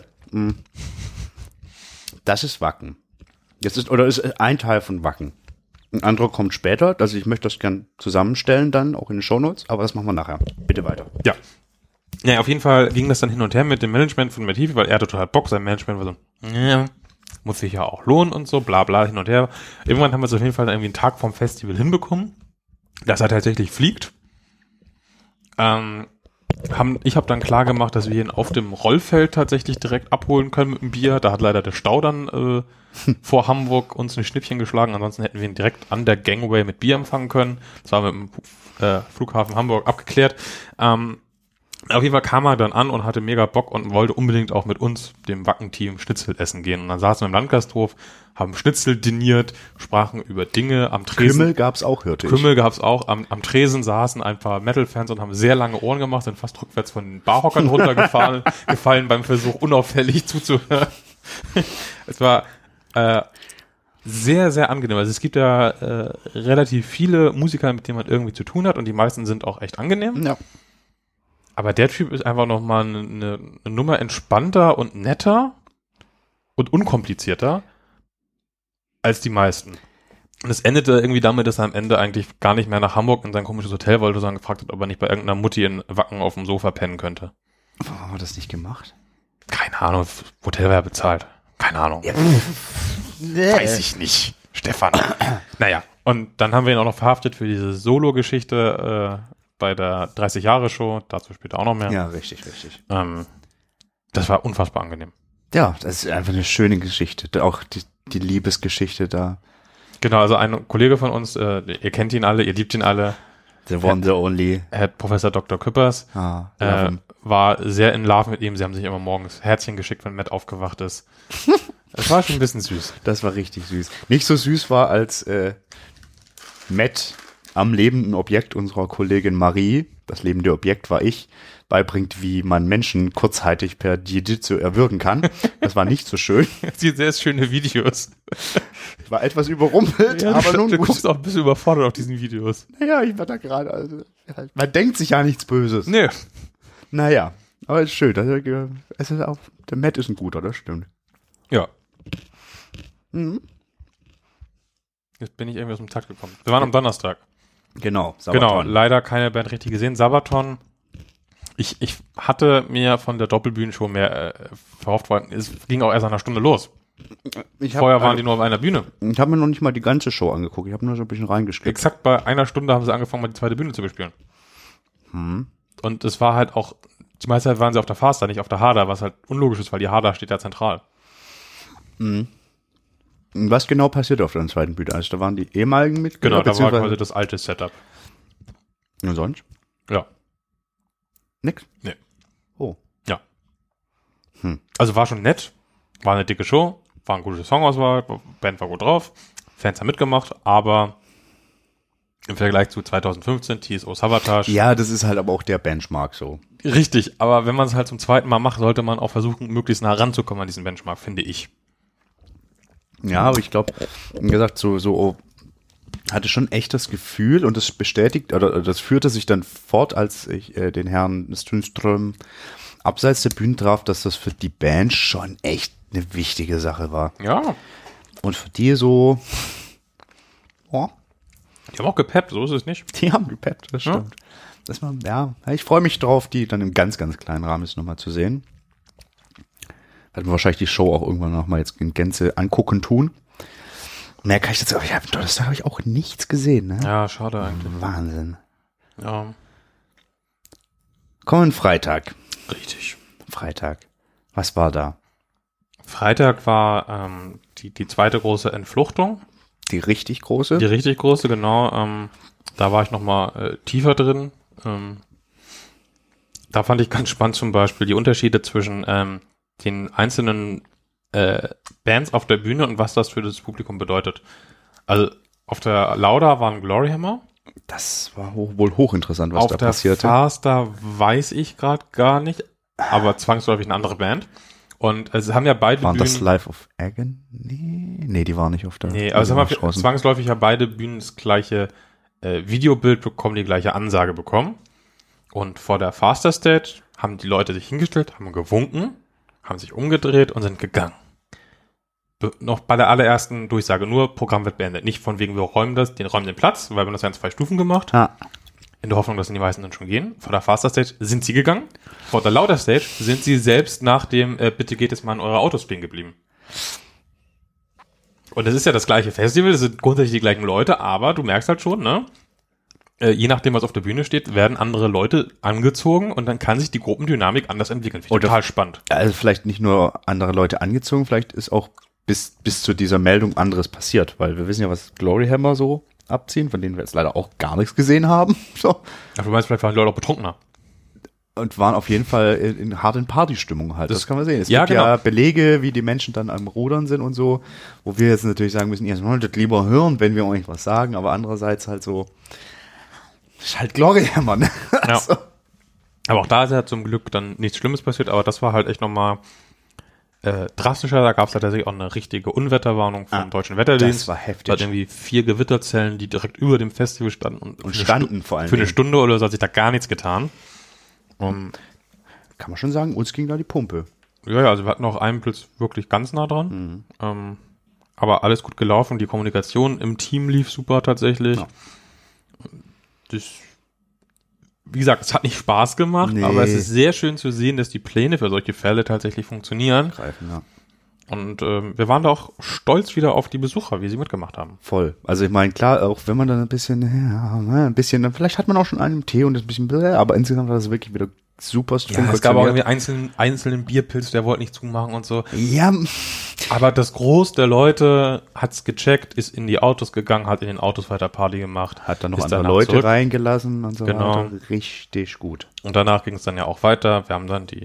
das ist Wacken. Ist ein Teil von Wacken. Ein anderer kommt später, also ich möchte das gern zusammenstellen dann, auch in den Shownotes, aber das machen wir nachher. Bitte weiter. Ja. Ja, auf jeden Fall ging das dann hin und her mit dem Management von Matifi, weil er hatte total Bock, sein Management war so, ja, muss sich ja auch lohnen und so, bla bla, hin und her. Irgendwann haben wir es auf jeden Fall irgendwie einen Tag vom Festival hinbekommen, dass er tatsächlich fliegt. Ich habe dann klar gemacht, dass wir ihn auf dem Rollfeld tatsächlich direkt abholen können mit dem Bier. Da hat leider der Stau dann vor Hamburg uns ein Schnippchen geschlagen, ansonsten hätten wir ihn direkt an der Gangway mit Bier empfangen können. Das war mit dem Flughafen Hamburg abgeklärt. Auf jeden Fall kam er dann an und hatte mega Bock und wollte unbedingt auch mit uns, dem Wacken-Team, Schnitzel essen gehen. Und dann saßen wir im Landgasthof, haben Schnitzel diniert, sprachen über Dinge am Tresen. Kümmel gab's auch, hörte ich. Kümmel gab's auch. Am Tresen saßen ein paar Metal-Fans und haben sehr lange Ohren gemacht, sind fast rückwärts von den Barhockern gefallen beim Versuch, unauffällig zuzuhören. Es war sehr, sehr angenehm. Also es gibt ja relativ viele Musiker, mit denen man irgendwie zu tun hat und die meisten sind auch echt angenehm. Ja. Aber der Typ ist einfach nochmal eine Nummer entspannter und netter und unkomplizierter als die meisten. Und es endete irgendwie damit, dass er am Ende eigentlich gar nicht mehr nach Hamburg in sein komisches Hotel wollte, sondern gefragt hat, ob er nicht bei irgendeiner Mutti in Wacken auf dem Sofa pennen könnte. Warum haben wir das nicht gemacht? Keine Ahnung, Hotel war ja bezahlt. Keine Ahnung. Ja. Weiß ich nicht, Stefan. Naja, und dann haben wir ihn auch noch verhaftet für diese Solo-Geschichte bei der 30-Jahre-Show, dazu später auch noch mehr. Ja, richtig. Das war unfassbar angenehm. Ja, das ist einfach eine schöne Geschichte. Auch die Liebesgeschichte da. Genau, also ein Kollege von uns, ihr kennt ihn alle, ihr liebt ihn alle. The one, the only. Herr Professor Dr. Küppers war sehr in Love mit ihm. Sie haben sich immer morgens Herzchen geschickt, wenn Matt aufgewacht ist. Das war schon ein bisschen süß. Das war richtig süß. Nicht so süß war, als Matt am lebenden Objekt unserer Kollegin Marie das lebende Objekt war ich, beibringt, wie man Menschen kurzzeitig per Jiu-Jitsu erwürgen kann. Das war nicht so schön. Das sind sehr schöne Videos. Ich war etwas überrumpelt, aber nun Du gut. guckst auch ein bisschen überfordert auf diesen Videos. Naja, ich war da gerade, also, man denkt sich ja nichts Böses. Nee. Naja, aber ist schön. Es ist auch, der Matt ist ein guter, das stimmt. Ja. Mhm. Jetzt bin ich irgendwie aus dem Takt gekommen. Wir waren am Donnerstag. Genau, Genau, leider keine Band richtig gesehen. Sabaton. Ich hatte mir von der Doppelbühnenshow mehr verhofft, weil es ging auch erst nach einer Stunde los. Vorher waren die nur auf einer Bühne. Ich habe mir noch nicht mal die ganze Show angeguckt. Ich habe nur so ein bisschen reingeskippt. Exakt bei einer Stunde haben sie angefangen, mal die zweite Bühne zu bespielen. Und es war halt auch, die meiste Zeit waren sie auf der Faster, nicht auf der Harder, was halt unlogisch ist, weil die Harder steht ja zentral. Was genau passiert auf der zweiten Bühne? Also da waren die ehemaligen Mitglieder? Genau, da war beziehungsweise- quasi das alte Setup. Und sonst? Ja. Nix? Nee. Oh. Ja. Also war schon nett, war eine dicke Show, war eine gute Songauswahl, Band war gut drauf, Fans haben mitgemacht, aber im Vergleich zu 2015, TSO Savatage. Ja, das ist halt aber auch der Benchmark so. Richtig, aber wenn man es halt zum zweiten Mal macht, sollte man auch versuchen, möglichst nah ranzukommen an diesen Benchmark, finde ich. Ja, aber ich glaube, wie gesagt, so hatte schon echt das Gefühl und das bestätigt, oder das führte sich dann fort, als ich den Herrn Strömström abseits der Bühne traf, dass das für die Band schon echt eine wichtige Sache war. Ja, Und für die so, oh, die haben auch gepeppt, so ist es nicht. die haben gepeppt, das Ja. stimmt. Das war, ja, ich freue mich drauf, die dann im ganz, ganz kleinen Rahmen jetzt nochmal zu sehen. Werden wir wahrscheinlich die Show auch irgendwann nochmal jetzt in Gänze angucken tun. Mehr kann ich dazu, aber das habe ich auch nichts gesehen, ne? Ja, schade eigentlich. Wahnsinn. Ja, Kommenden Freitag. richtig. Freitag. Was war da? Freitag war die zweite große Entfluchtung. Die richtig große? Die richtig große, genau. Da war ich nochmal tiefer drin. Da fand ich ganz spannend zum Beispiel die Unterschiede zwischen den einzelnen Bands auf der Bühne und was das für das Publikum bedeutet. Also auf der Lauda waren Gloryhammer. Das war wohl hochinteressant, was Auf da der passierte. Faster weiß ich gerade gar nicht, aber zwangsläufig eine andere Band. Und es haben ja beide Waren Bühnen... das Life of Agony? Nee, die waren nicht auf der Nee, aber es haben ja draußen. zwangsläufig ja beide Bühnen das gleiche Videobild bekommen, die gleiche Ansage bekommen. Und vor der Faster Stage haben die Leute sich hingestellt, haben gewunken, haben sich umgedreht und sind gegangen. Noch bei der allerersten Durchsage nur, Programm wird beendet. Nicht von wegen, wir räumen den Platz, weil wir haben das ja in 2 Stufen gemacht. Ah, In der Hoffnung, dass die meisten dann schon gehen. Vor der Faster Stage sind sie gegangen. Vor der Lauda Stage sind sie selbst nach dem bitte geht es mal in eure Autos stehen geblieben. Und das ist ja das gleiche Festival, das sind grundsätzlich die gleichen Leute, aber du merkst halt schon, ne? Je nachdem, was auf der Bühne steht, werden andere Leute angezogen und dann kann sich die Gruppendynamik anders entwickeln. Finde ich Oder- total spannend. also vielleicht nicht nur andere Leute angezogen, vielleicht ist auch bis zu dieser Meldung anderes passiert, weil wir wissen ja, was Gloryhammer so abziehen, von denen wir jetzt leider auch gar nichts gesehen haben. So. Ach, du meinst, vielleicht waren die Leute auch betrunkener. Und waren auf jeden Fall in harten Partystimmung halt. Das kann man sehen. Es ja, gibt ja genau. Belege, wie die Menschen dann am Rudern sind und so, wo wir jetzt natürlich sagen müssen, ihr solltet lieber hören, wenn wir euch was sagen, aber andererseits halt so, das ist halt Gloryhammer, ne? Ja. So. Aber auch da ist ja zum Glück dann nichts Schlimmes passiert, aber das war halt echt nochmal drastischer. Da gab es tatsächlich auch eine richtige Unwetterwarnung vom Deutschen Wetterdienst. Das war Es heftig. hat irgendwie 4 Gewitterzellen, die direkt über dem Festival standen. Und für eine standen vor allem. Für eine Stunde oder so hat sich da gar nichts getan. Kann man schon sagen, uns ging da die Pumpe. Ja, also wir hatten auch einen Blitz wirklich ganz nah dran. Aber alles gut gelaufen. Die Kommunikation im Team lief super tatsächlich. Ja. Das, wie gesagt, es hat nicht Spaß gemacht, Nee. aber es ist sehr schön zu sehen, dass die Pläne für solche Fälle tatsächlich funktionieren. Greifen, ja. Und wir waren da auch stolz wieder auf die Besucher, wie sie mitgemacht haben. Voll. Also ich meine, klar, auch wenn man dann ein bisschen, vielleicht hat man auch schon einen Tee und ist ein bisschen, aber insgesamt war das wirklich wieder super Ja, es gab auch irgendwie einzelnen Bierpilz, der wollte nicht zumachen und so. Ja, Aber das Groß der Leute hat's gecheckt, ist in die Autos gegangen, hat in den Autos weiter Party gemacht. hat dann noch ist andere danach Leute zurück. reingelassen und so Genau. weiter. Richtig gut. Und danach ging es dann ja auch weiter. Wir haben dann die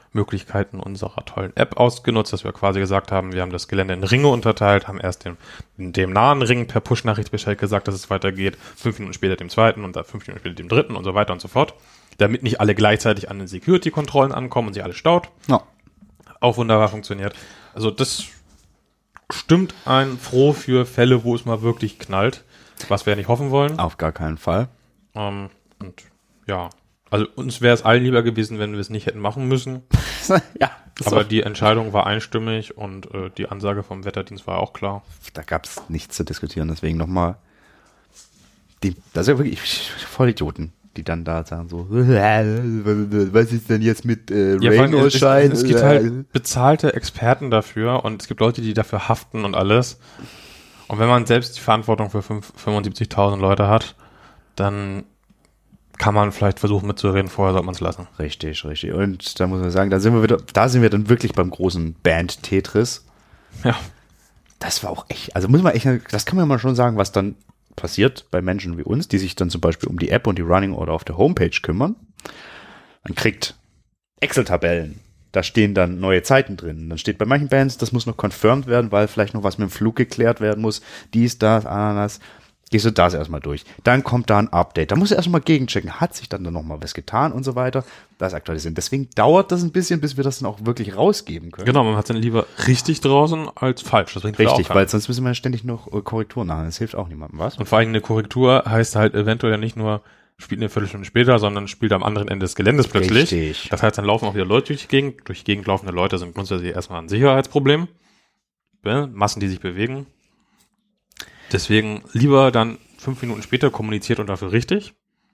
Möglichkeiten unserer tollen App ausgenutzt, dass wir quasi gesagt haben, wir haben das Gelände in Ringe unterteilt, haben erst dem nahen Ring per Push-Nachricht Bescheid gesagt, dass es weitergeht, 5 Minuten später dem zweiten und dann 5 Minuten später dem dritten und so weiter und so fort, damit nicht alle gleichzeitig an den Security-Kontrollen ankommen und sich alles staut. Ja. Auch wunderbar funktioniert. Also das stimmt einen froh für Fälle, wo es mal wirklich knallt, was wir ja nicht hoffen wollen. Auf gar keinen Fall. Und ja, also uns wäre es allen lieber gewesen, wenn wir es nicht hätten machen müssen. Ja. Aber die Entscheidung war einstimmig und die Ansage vom Wetterdienst war auch klar. Da gab es nichts zu diskutieren, deswegen nochmal. Das ist ja wirklich Vollidioten, die dann da sagen so, was ist denn jetzt mit Rain or Shine? Es gibt halt bezahlte Experten dafür und es gibt Leute, die dafür haften und alles. Und wenn man selbst die Verantwortung für 75.000 Leute hat, dann kann man vielleicht versuchen mitzureden, vorher sollte man es lassen. Richtig. Und da muss man sagen, da sind wir dann wirklich beim großen Band Tetris. Ja. Das war auch echt, also muss man echt, das kann man mal schon sagen, was dann passiert bei Menschen wie uns, die sich dann zum Beispiel um die App und die Running Order auf der Homepage kümmern. Man kriegt Excel-Tabellen, da stehen dann neue Zeiten drin. Dann steht bei manchen Bands, das muss noch confirmed werden, weil vielleicht noch was mit dem Flug geklärt werden muss. Dies, das, Ananas. Gehst du das erstmal durch. Dann kommt da ein Update. Da musst du erstmal gegenchecken. Hat sich dann noch mal was getan und so weiter. Das aktualisieren. Deswegen dauert das ein bisschen, bis wir das dann auch wirklich rausgeben können. Genau, man hat es dann lieber richtig draußen als falsch. Das bringt Richtig, weil sonst müssen wir ständig noch Korrekturen machen. Das hilft auch niemandem, was? Und vor allem eine Korrektur heißt halt eventuell ja nicht nur, spielt eine Viertelstunde später, sondern spielt am anderen Ende des Geländes plötzlich. Richtig. Das heißt, dann laufen auch wieder Leute durch die Gegend. Durch die Gegend laufende Leute sind grundsätzlich erstmal ein Sicherheitsproblem. Ja, Massen, die sich bewegen. Deswegen lieber dann 5 Minuten später kommuniziert und dafür richtig.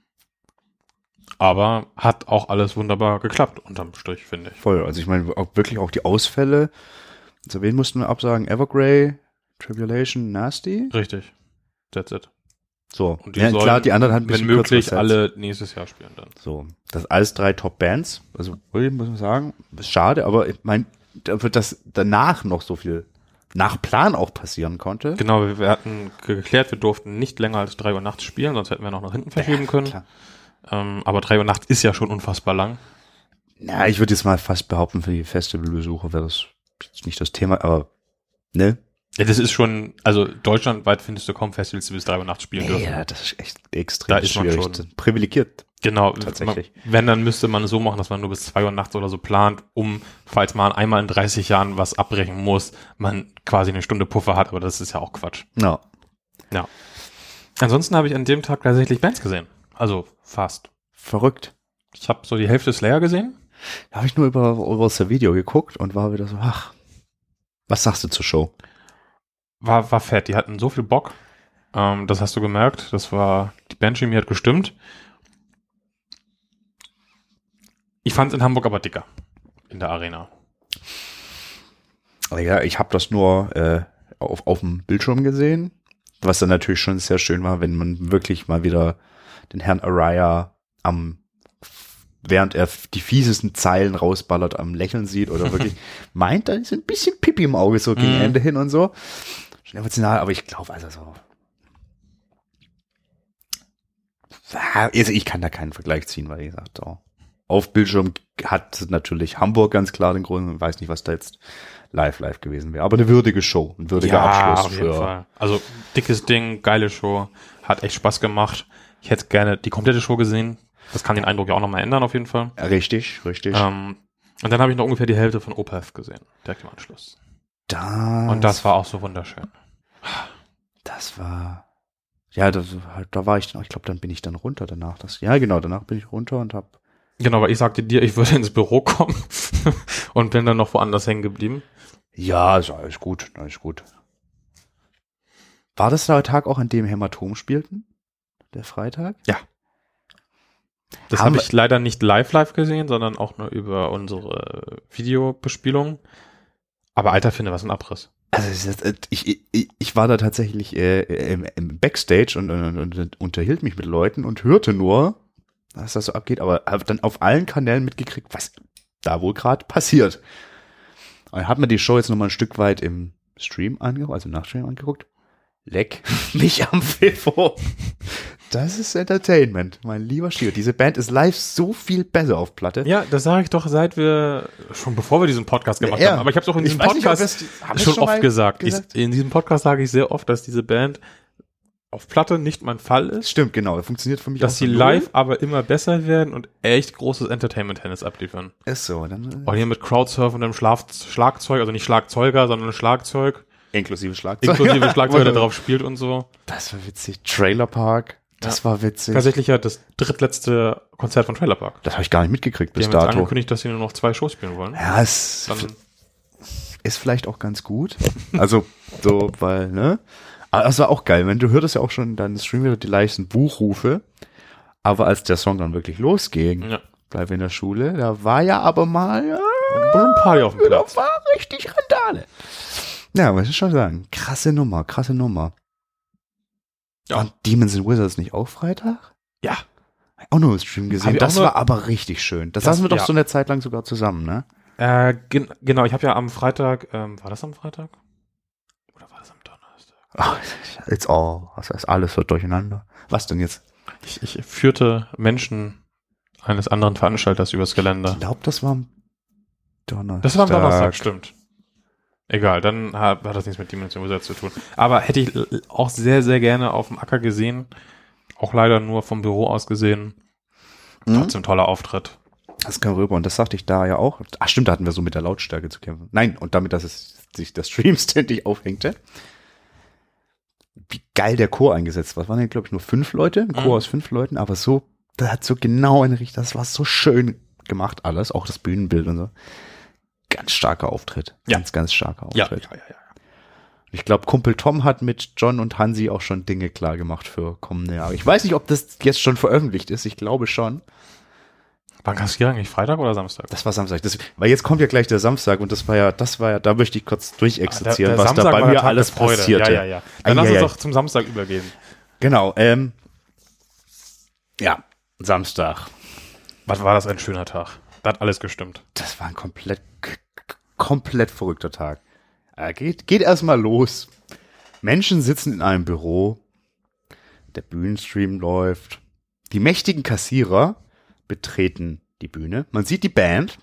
Aber hat auch alles wunderbar geklappt, unterm Strich, finde ich. Voll. Also ich meine, auch wirklich auch die Ausfälle. Zu wen mussten wir absagen? Evergrey, Tribulation, Nasty? Richtig. That's it. So. Und die Ja, sollen, klar, die anderen hatten ein wenn bisschen möglich, kürzere alle nächstes Jahr spielen dann. So. Das alles 3 Top-Bands. Also, muss man sagen, ist schade, aber ich meine, dass danach noch so viel nach Plan auch passieren konnte. Genau, wir hatten geklärt, wir durften nicht länger als 3 Uhr nachts spielen, sonst hätten wir noch nach hinten verschieben können. Klar. Aber 3 Uhr nachts ist ja schon unfassbar lang. Na, ich würde jetzt mal fast behaupten, für die Festivalbesucher wäre das jetzt nicht das Thema, aber, ne? Ja, das ist schon, also deutschlandweit findest du kaum Festivals, die bis 3 Uhr nachts spielen dürfen. Ja, das ist echt extrem Da ist man schwierig. schon Privilegiert. Genau, Tatsächlich. Wenn, dann müsste man es so machen, dass man nur bis 2 Uhr nachts oder so plant, um, falls man einmal in 30 Jahren was abbrechen muss, man quasi eine Stunde Puffer hat, aber das ist ja auch Quatsch. Ja. Ja. Ansonsten habe ich an dem Tag tatsächlich Bands gesehen. Also fast. Verrückt. Ich habe so die Hälfte Slayer gesehen. Da habe ich nur über das Video geguckt und war wieder so, ach, was sagst du zur Show? War fett, die hatten so viel Bock. Das hast du gemerkt. Die Bandchemie hat gestimmt. Ich fand es in Hamburg aber dicker. In der Arena. Ja, ich habe das nur auf dem Bildschirm gesehen, was dann natürlich schon sehr schön war, wenn man wirklich mal wieder den Herrn Araya während er die fiesesten Zeilen rausballert, am Lächeln sieht oder wirklich meint, da ist ein bisschen Pipi im Auge so gegen Ende hin und so. Schon emotional, aber ich glaube also so. Also ich kann da keinen Vergleich ziehen, weil ich gesagt, so. Auf Bildschirm hat natürlich Hamburg ganz klar den Grund und weiß nicht, was da jetzt live gewesen wäre. Aber eine würdige Show, ein würdiger Abschluss. Auf jeden Fall. Also dickes Ding, geile Show, hat echt Spaß gemacht. Ich hätte gerne die komplette Show gesehen. Das kann den Eindruck ja auch nochmal ändern auf jeden Fall. Richtig. Und dann habe ich noch ungefähr die Hälfte von Opeth gesehen, direkt im Anschluss. Und das war auch so wunderschön. Das war, ja, da war ich dann, ich glaube, dann bin ich dann runter danach. Danach bin ich runter und habe. Genau, weil ich sagte dir, ich würde ins Büro kommen und bin dann noch woanders hängen geblieben. Ja, ist alles gut. War das der Tag auch, an dem Hämatom spielten? Der Freitag? Ja. Das habe ich leider nicht live gesehen, sondern auch nur über unsere Videobespielung. Aber alter Finde, was ein Abriss. Also ich war da tatsächlich im Backstage und unterhielt mich mit Leuten und hörte nur, was das so abgeht, aber habe dann auf allen Kanälen mitgekriegt, was da wohl gerade passiert. Und ich habe mir die Show jetzt nochmal ein Stück weit im Stream angeguckt, also nach Stream angeguckt. Leck mich am Pfeffo. Das ist Entertainment, mein lieber Schio. Diese Band ist live so viel besser auf Platte. Ja, das sage ich doch schon bevor wir diesen Podcast gemacht haben. Aber ich habe es auch in diesem Podcast schon oft gesagt. In diesem Podcast sage ich sehr oft, dass diese Band auf Platte nicht mein Fall ist. Stimmt, genau. Das funktioniert für mich dass auch. Sie live aber immer besser werden und echt großes Entertainment-Tennis abliefern. Ist so. Dann, auch hier mit Crowdsurf und einem Schlagzeug, also nicht Schlagzeuger, sondern ein Schlagzeug. Inklusive Schlagzeug. Der drauf spielt und so. Das war witzig. Trailer Park. Das war witzig. Tatsächlich ja das drittletzte Konzert von Trailer Park. Das habe ich gar nicht mitgekriegt bis dato. Die haben jetzt dato. angekündigt, dass sie nur noch 2 Shows spielen wollen. Ja, es ist vielleicht auch ganz gut. Also so, weil, ne? Aber das war auch geil. Du hörtest ja auch schon in deinem Stream wieder die leichten Buchrufe. Aber als der Song dann wirklich losging, Bleib in der Schule, da war ja aber mal ein Party auf dem Platz. Da war richtig Randale. Ja, muss ich schon sagen. Krasse Nummer. Ja. Und Demons and Wizards nicht auch Freitag? Ja. Auch nur im Stream gesehen. Das war aber richtig schön. Das saßen wir doch so eine Zeit lang sogar zusammen, ne? Genau, ich habe ja am Freitag, war das am Freitag? Oder war das am Donnerstag? Das heißt, alles wird durcheinander. Was denn jetzt? Ich führte Menschen eines anderen Veranstalters übers Gelände. Ich glaube, das war am Donnerstag. Das war am Donnerstag, stimmt. Egal, dann hat das nichts mit Demons and Wizards zu tun. Aber hätte ich auch sehr, sehr gerne auf dem Acker gesehen. Auch leider nur vom Büro aus gesehen. Trotzdem toller Auftritt. Das kam rüber und das sagte ich da ja auch. Ach stimmt, da hatten wir so mit der Lautstärke zu kämpfen. Nein, und damit, dass sich der Stream ständig aufhängte. Wie geil der Chor eingesetzt war. Das waren ja, glaube ich, nur 5 Leute. Ein Chor aus 5 Leuten, aber so, das hat so genau eine Richtung. Das war so schön gemacht alles, auch das Bühnenbild und so. Ganz starker Auftritt. Ganz starker Auftritt. Ja. Ich glaube, Kumpel Tom hat mit John und Hansi auch schon Dinge klar gemacht für kommende Jahre. Ich weiß nicht, ob das jetzt schon veröffentlicht ist. Ich glaube schon. Wann kannst du eigentlich Freitag oder Samstag? Das war Samstag. Weil jetzt kommt ja gleich der Samstag und das war ja, da möchte ich kurz durchexerzieren, was da bei mir alles passierte. Ja. Dann lass uns doch zum Samstag übergehen. Genau, Samstag. Was war das ein schöner Tag? Da hat alles gestimmt. Das war ein komplett verrückter Tag. Geht erstmal los. Menschen sitzen in einem Büro. Der Bühnenstream läuft. Die mächtigen Kassierer betreten die Bühne. Man sieht die Band.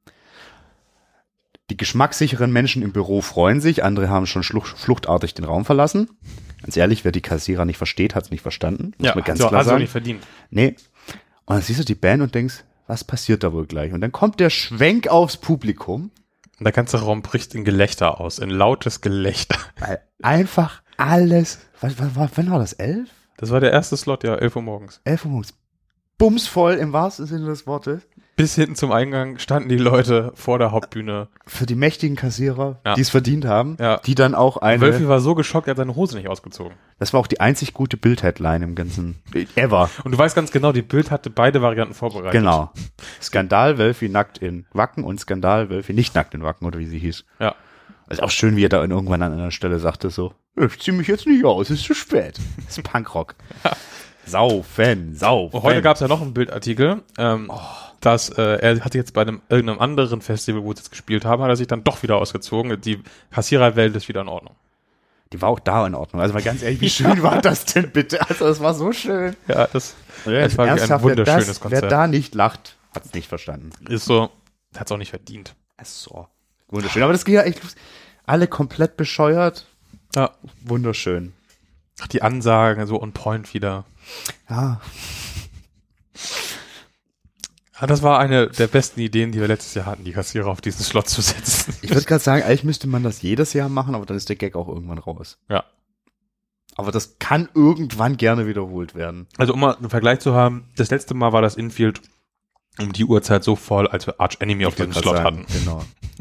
Die geschmackssicheren Menschen im Büro freuen sich. Andere haben schon fluchtartig den Raum verlassen. Ganz ehrlich, wer die Kassierer nicht versteht, hat es nicht verstanden. Muss man ganz klar sagen. Also nicht verdient. Nee. Und dann siehst du die Band und denkst, was passiert da wohl gleich? Und dann kommt der Schwenk aufs Publikum. Und der ganze Raum bricht in Gelächter aus, in lautes Gelächter. Weil einfach alles, wann war das, 11? Das war der erste Slot, 11 Uhr morgens. 11 Uhr morgens. Bumsvoll im wahrsten Sinne des Wortes. Bis hinten zum Eingang standen die Leute vor der Hauptbühne. Für die mächtigen Kassierer, die es verdient haben, die dann auch Wölfi war so geschockt, er hat seine Hose nicht ausgezogen. Das war auch die einzig gute Bild-Headline im ganzen, ever. Und du weißt ganz genau, die Bild hatte beide Varianten vorbereitet. Genau. Skandal Wölfi nackt in Wacken und Skandal Wölfi nicht nackt in Wacken, oder wie sie hieß. Ja. Also auch schön, wie er da irgendwann an einer Stelle sagte so, ich zieh mich jetzt nicht aus, es ist zu spät. Das ist Punkrock. Saufen. Und heute gab es ja noch einen Bildartikel, dass er hatte jetzt bei irgendeinem anderen Festival, wo sie jetzt gespielt haben, hat er sich dann doch wieder ausgezogen. Die Kassiererwelt ist wieder in Ordnung. Die war auch da in Ordnung. Also mal ganz ehrlich, wie schön war das denn bitte? Also das war so schön. Ja, das war ein wunderschönes Konzert. Wer da nicht lacht, hat es nicht verstanden. Ist so, hat es auch nicht verdient. So, wunderschön. Aber das ging ja echt los. Alle komplett bescheuert. Ja. Wunderschön. Ach, die Ansagen so on point wieder. Ja. Ja, das war eine der besten Ideen, die wir letztes Jahr hatten, die Kassierer auf diesen Slot zu setzen. Ich würde gerade sagen, eigentlich müsste man das jedes Jahr machen, aber dann ist der Gag auch irgendwann raus. Ja. Aber das kann irgendwann gerne wiederholt werden. Also um mal einen Vergleich zu haben, das letzte Mal war das Infield um die Uhrzeit so voll, als wir Arch Enemy auf diesem Slot hatten. Genau.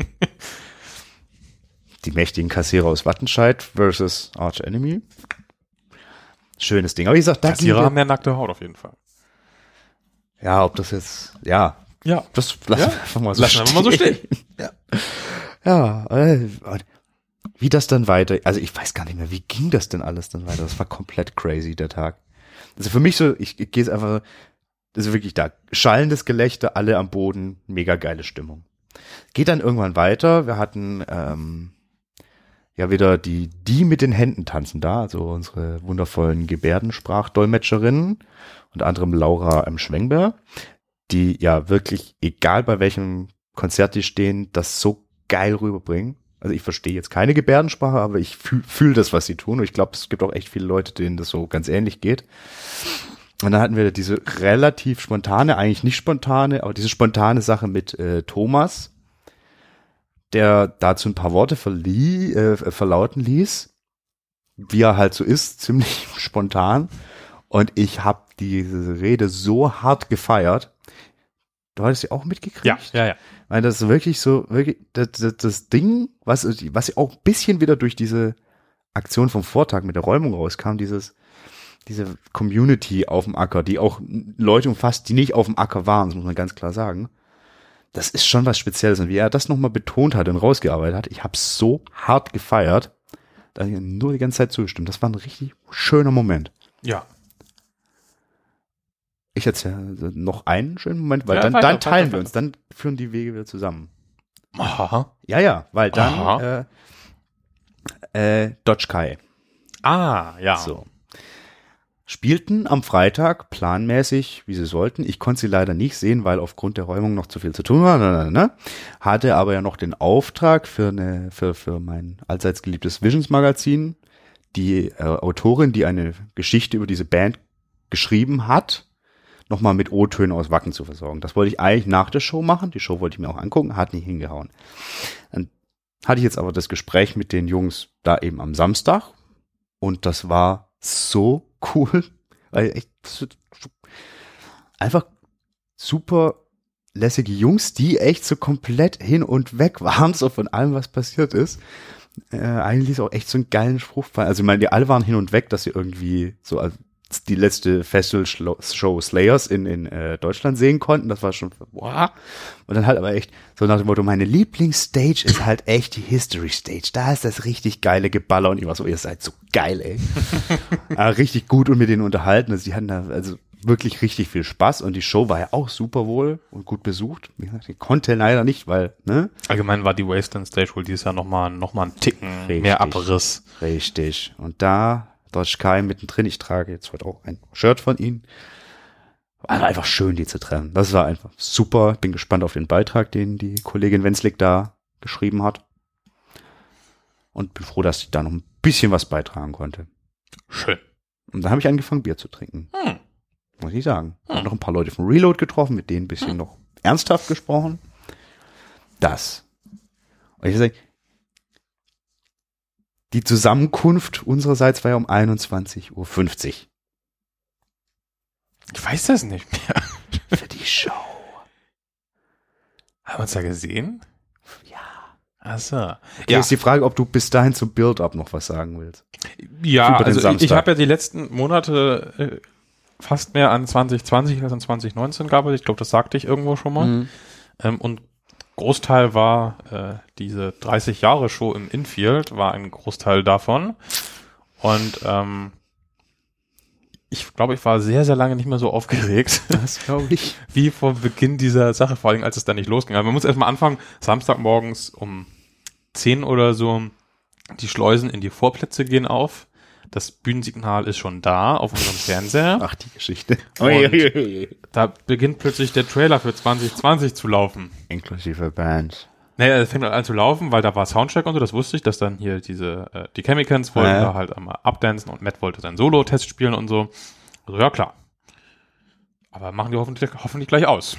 Die mächtigen Kassierer aus Wattenscheid versus Arch Enemy. Schönes Ding. Aber wie gesagt, da Kassierer haben mehr nackte Haut auf jeden Fall. Ja, ob das jetzt, ja. Das lassen wir einfach mal so stehen. Ja, wie das dann weiter, also ich weiß gar nicht mehr, wie ging das denn alles dann weiter? Das war komplett crazy, der Tag. Also für mich so, ich gehe es einfach, das ist wirklich da, schallendes Gelächter, alle am Boden, mega geile Stimmung. Geht dann irgendwann weiter, wir hatten, ja wieder die mit den Händen tanzen da, also unsere wundervollen Gebärdensprachdolmetscherinnen, unter anderem Laura Schwengber, die ja wirklich, egal bei welchem Konzert die stehen, das so geil rüberbringen. Also ich verstehe jetzt keine Gebärdensprache, aber ich fühl das, was sie tun. Und ich glaube, es gibt auch echt viele Leute, denen das so ganz ähnlich geht. Und dann hatten wir diese relativ spontane, eigentlich nicht spontane, aber diese spontane Sache mit Thomas, der dazu ein paar Worte verlauten ließ, wie er halt so ist, ziemlich spontan. Und ich habe diese Rede so hart gefeiert. Du hattest sie auch mitgekriegt? Ja. Weil das ist wirklich so, wirklich das Ding, was auch ein bisschen wieder durch diese Aktion vom Vortag mit der Räumung rauskam, diese Community auf dem Acker, die auch Leute umfasst, die nicht auf dem Acker waren, das muss man ganz klar sagen. Das ist schon was Spezielles. Und wie er das nochmal betont hat und rausgearbeitet hat, ich habe so hart gefeiert, dass ich nur die ganze Zeit zugestimmt. Das war ein richtig schöner Moment. Ja. Ich erzähle noch einen schönen Moment, weil Ja, dann teilen weiter. wir uns, dann führen die Wege wieder zusammen. Aha. Ja, weil dann Dogekai. Ah, ja. So. Spielten am Freitag planmäßig, wie sie sollten. Ich konnte sie leider nicht sehen, weil aufgrund der Räumung noch zu viel zu tun war. Hatte aber ja noch den Auftrag für mein allseits geliebtes Visions-Magazin, die Autorin, die eine Geschichte über diese Band geschrieben hat, nochmal mit O-Tönen aus Wacken zu versorgen. Das wollte ich eigentlich nach der Show machen. Die Show wollte ich mir auch angucken, hat nicht hingehauen. Dann hatte ich jetzt aber das Gespräch mit den Jungs da eben am Samstag und das war so cool, weil echt einfach super lässige Jungs, die echt so komplett hin und weg waren, so von allem, was passiert ist. Eigentlich ist auch echt so einen geilen Spruch. Also ich meine, die alle waren hin und weg, dass sie irgendwie so als die letzte Festival-Show Slayers in Deutschland sehen konnten. Das war schon, wow. Und dann halt aber echt so nach dem Motto, meine Lieblingsstage ist halt echt die History Stage. Da ist das richtig geile Geballer und ich war so, ihr seid so geil, ey. Richtig gut und mit denen unterhalten. Also die hatten da also wirklich richtig viel Spaß und die Show war ja auch super wohl und gut besucht. Wie gesagt, ich konnte leider nicht, weil, ne? Allgemein war die Wasteland Stage wohl dieses Jahr noch mal einen Ticken mehr Abriss. Richtig. Und da Dogekai mittendrin. Ich trage jetzt heute auch ein Shirt von ihnen. War einfach schön, die zu treffen. Das war einfach super. Bin gespannt auf den Beitrag, den die Kollegin Wenzlik da geschrieben hat. Und bin froh, dass ich da noch ein bisschen was beitragen konnte. Schön. Und dann habe ich angefangen, Bier zu trinken. Muss ich sagen. Hab noch ein paar Leute von Reload getroffen, mit denen ein bisschen noch ernsthaft gesprochen. Das. Und ich will sagen, die Zusammenkunft unsererseits war ja um 21:50 Uhr. Ich weiß das nicht mehr. Für die Show. Haben wir uns da gesehen? Ja. Ach so. Hier ist die Frage, ob du bis dahin zum Build-Up noch was sagen willst. Ja, Über den also Samstag. ich habe ja die letzten Monate fast mehr an 2020 als an 2019 gearbeitet. Ich glaube, das sagte ich irgendwo schon mal. Und Großteil war diese 30-Jahre-Show im Infield, war ein Großteil davon. Und ich glaube, ich war sehr, sehr lange nicht mehr so aufgeregt. Das glaube ich. Wie vor Beginn dieser Sache, vor allem als es dann nicht losging. Aber man muss erstmal anfangen, Samstagmorgens um 10 oder so, die Schleusen in die Vorplätze gehen auf. Das Bühnensignal ist schon da auf unserem Fernseher. Ach, die Geschichte. Und da beginnt plötzlich der Trailer für 2020 zu laufen. Inklusive Band. Naja, es fängt an zu laufen, weil da war Soundcheck und so, das wusste ich, dass dann hier die Chemicals wollten da halt einmal abdancen und Matt wollte sein Solo-Test spielen und so. Also ja, klar. Aber machen die hoffentlich gleich aus.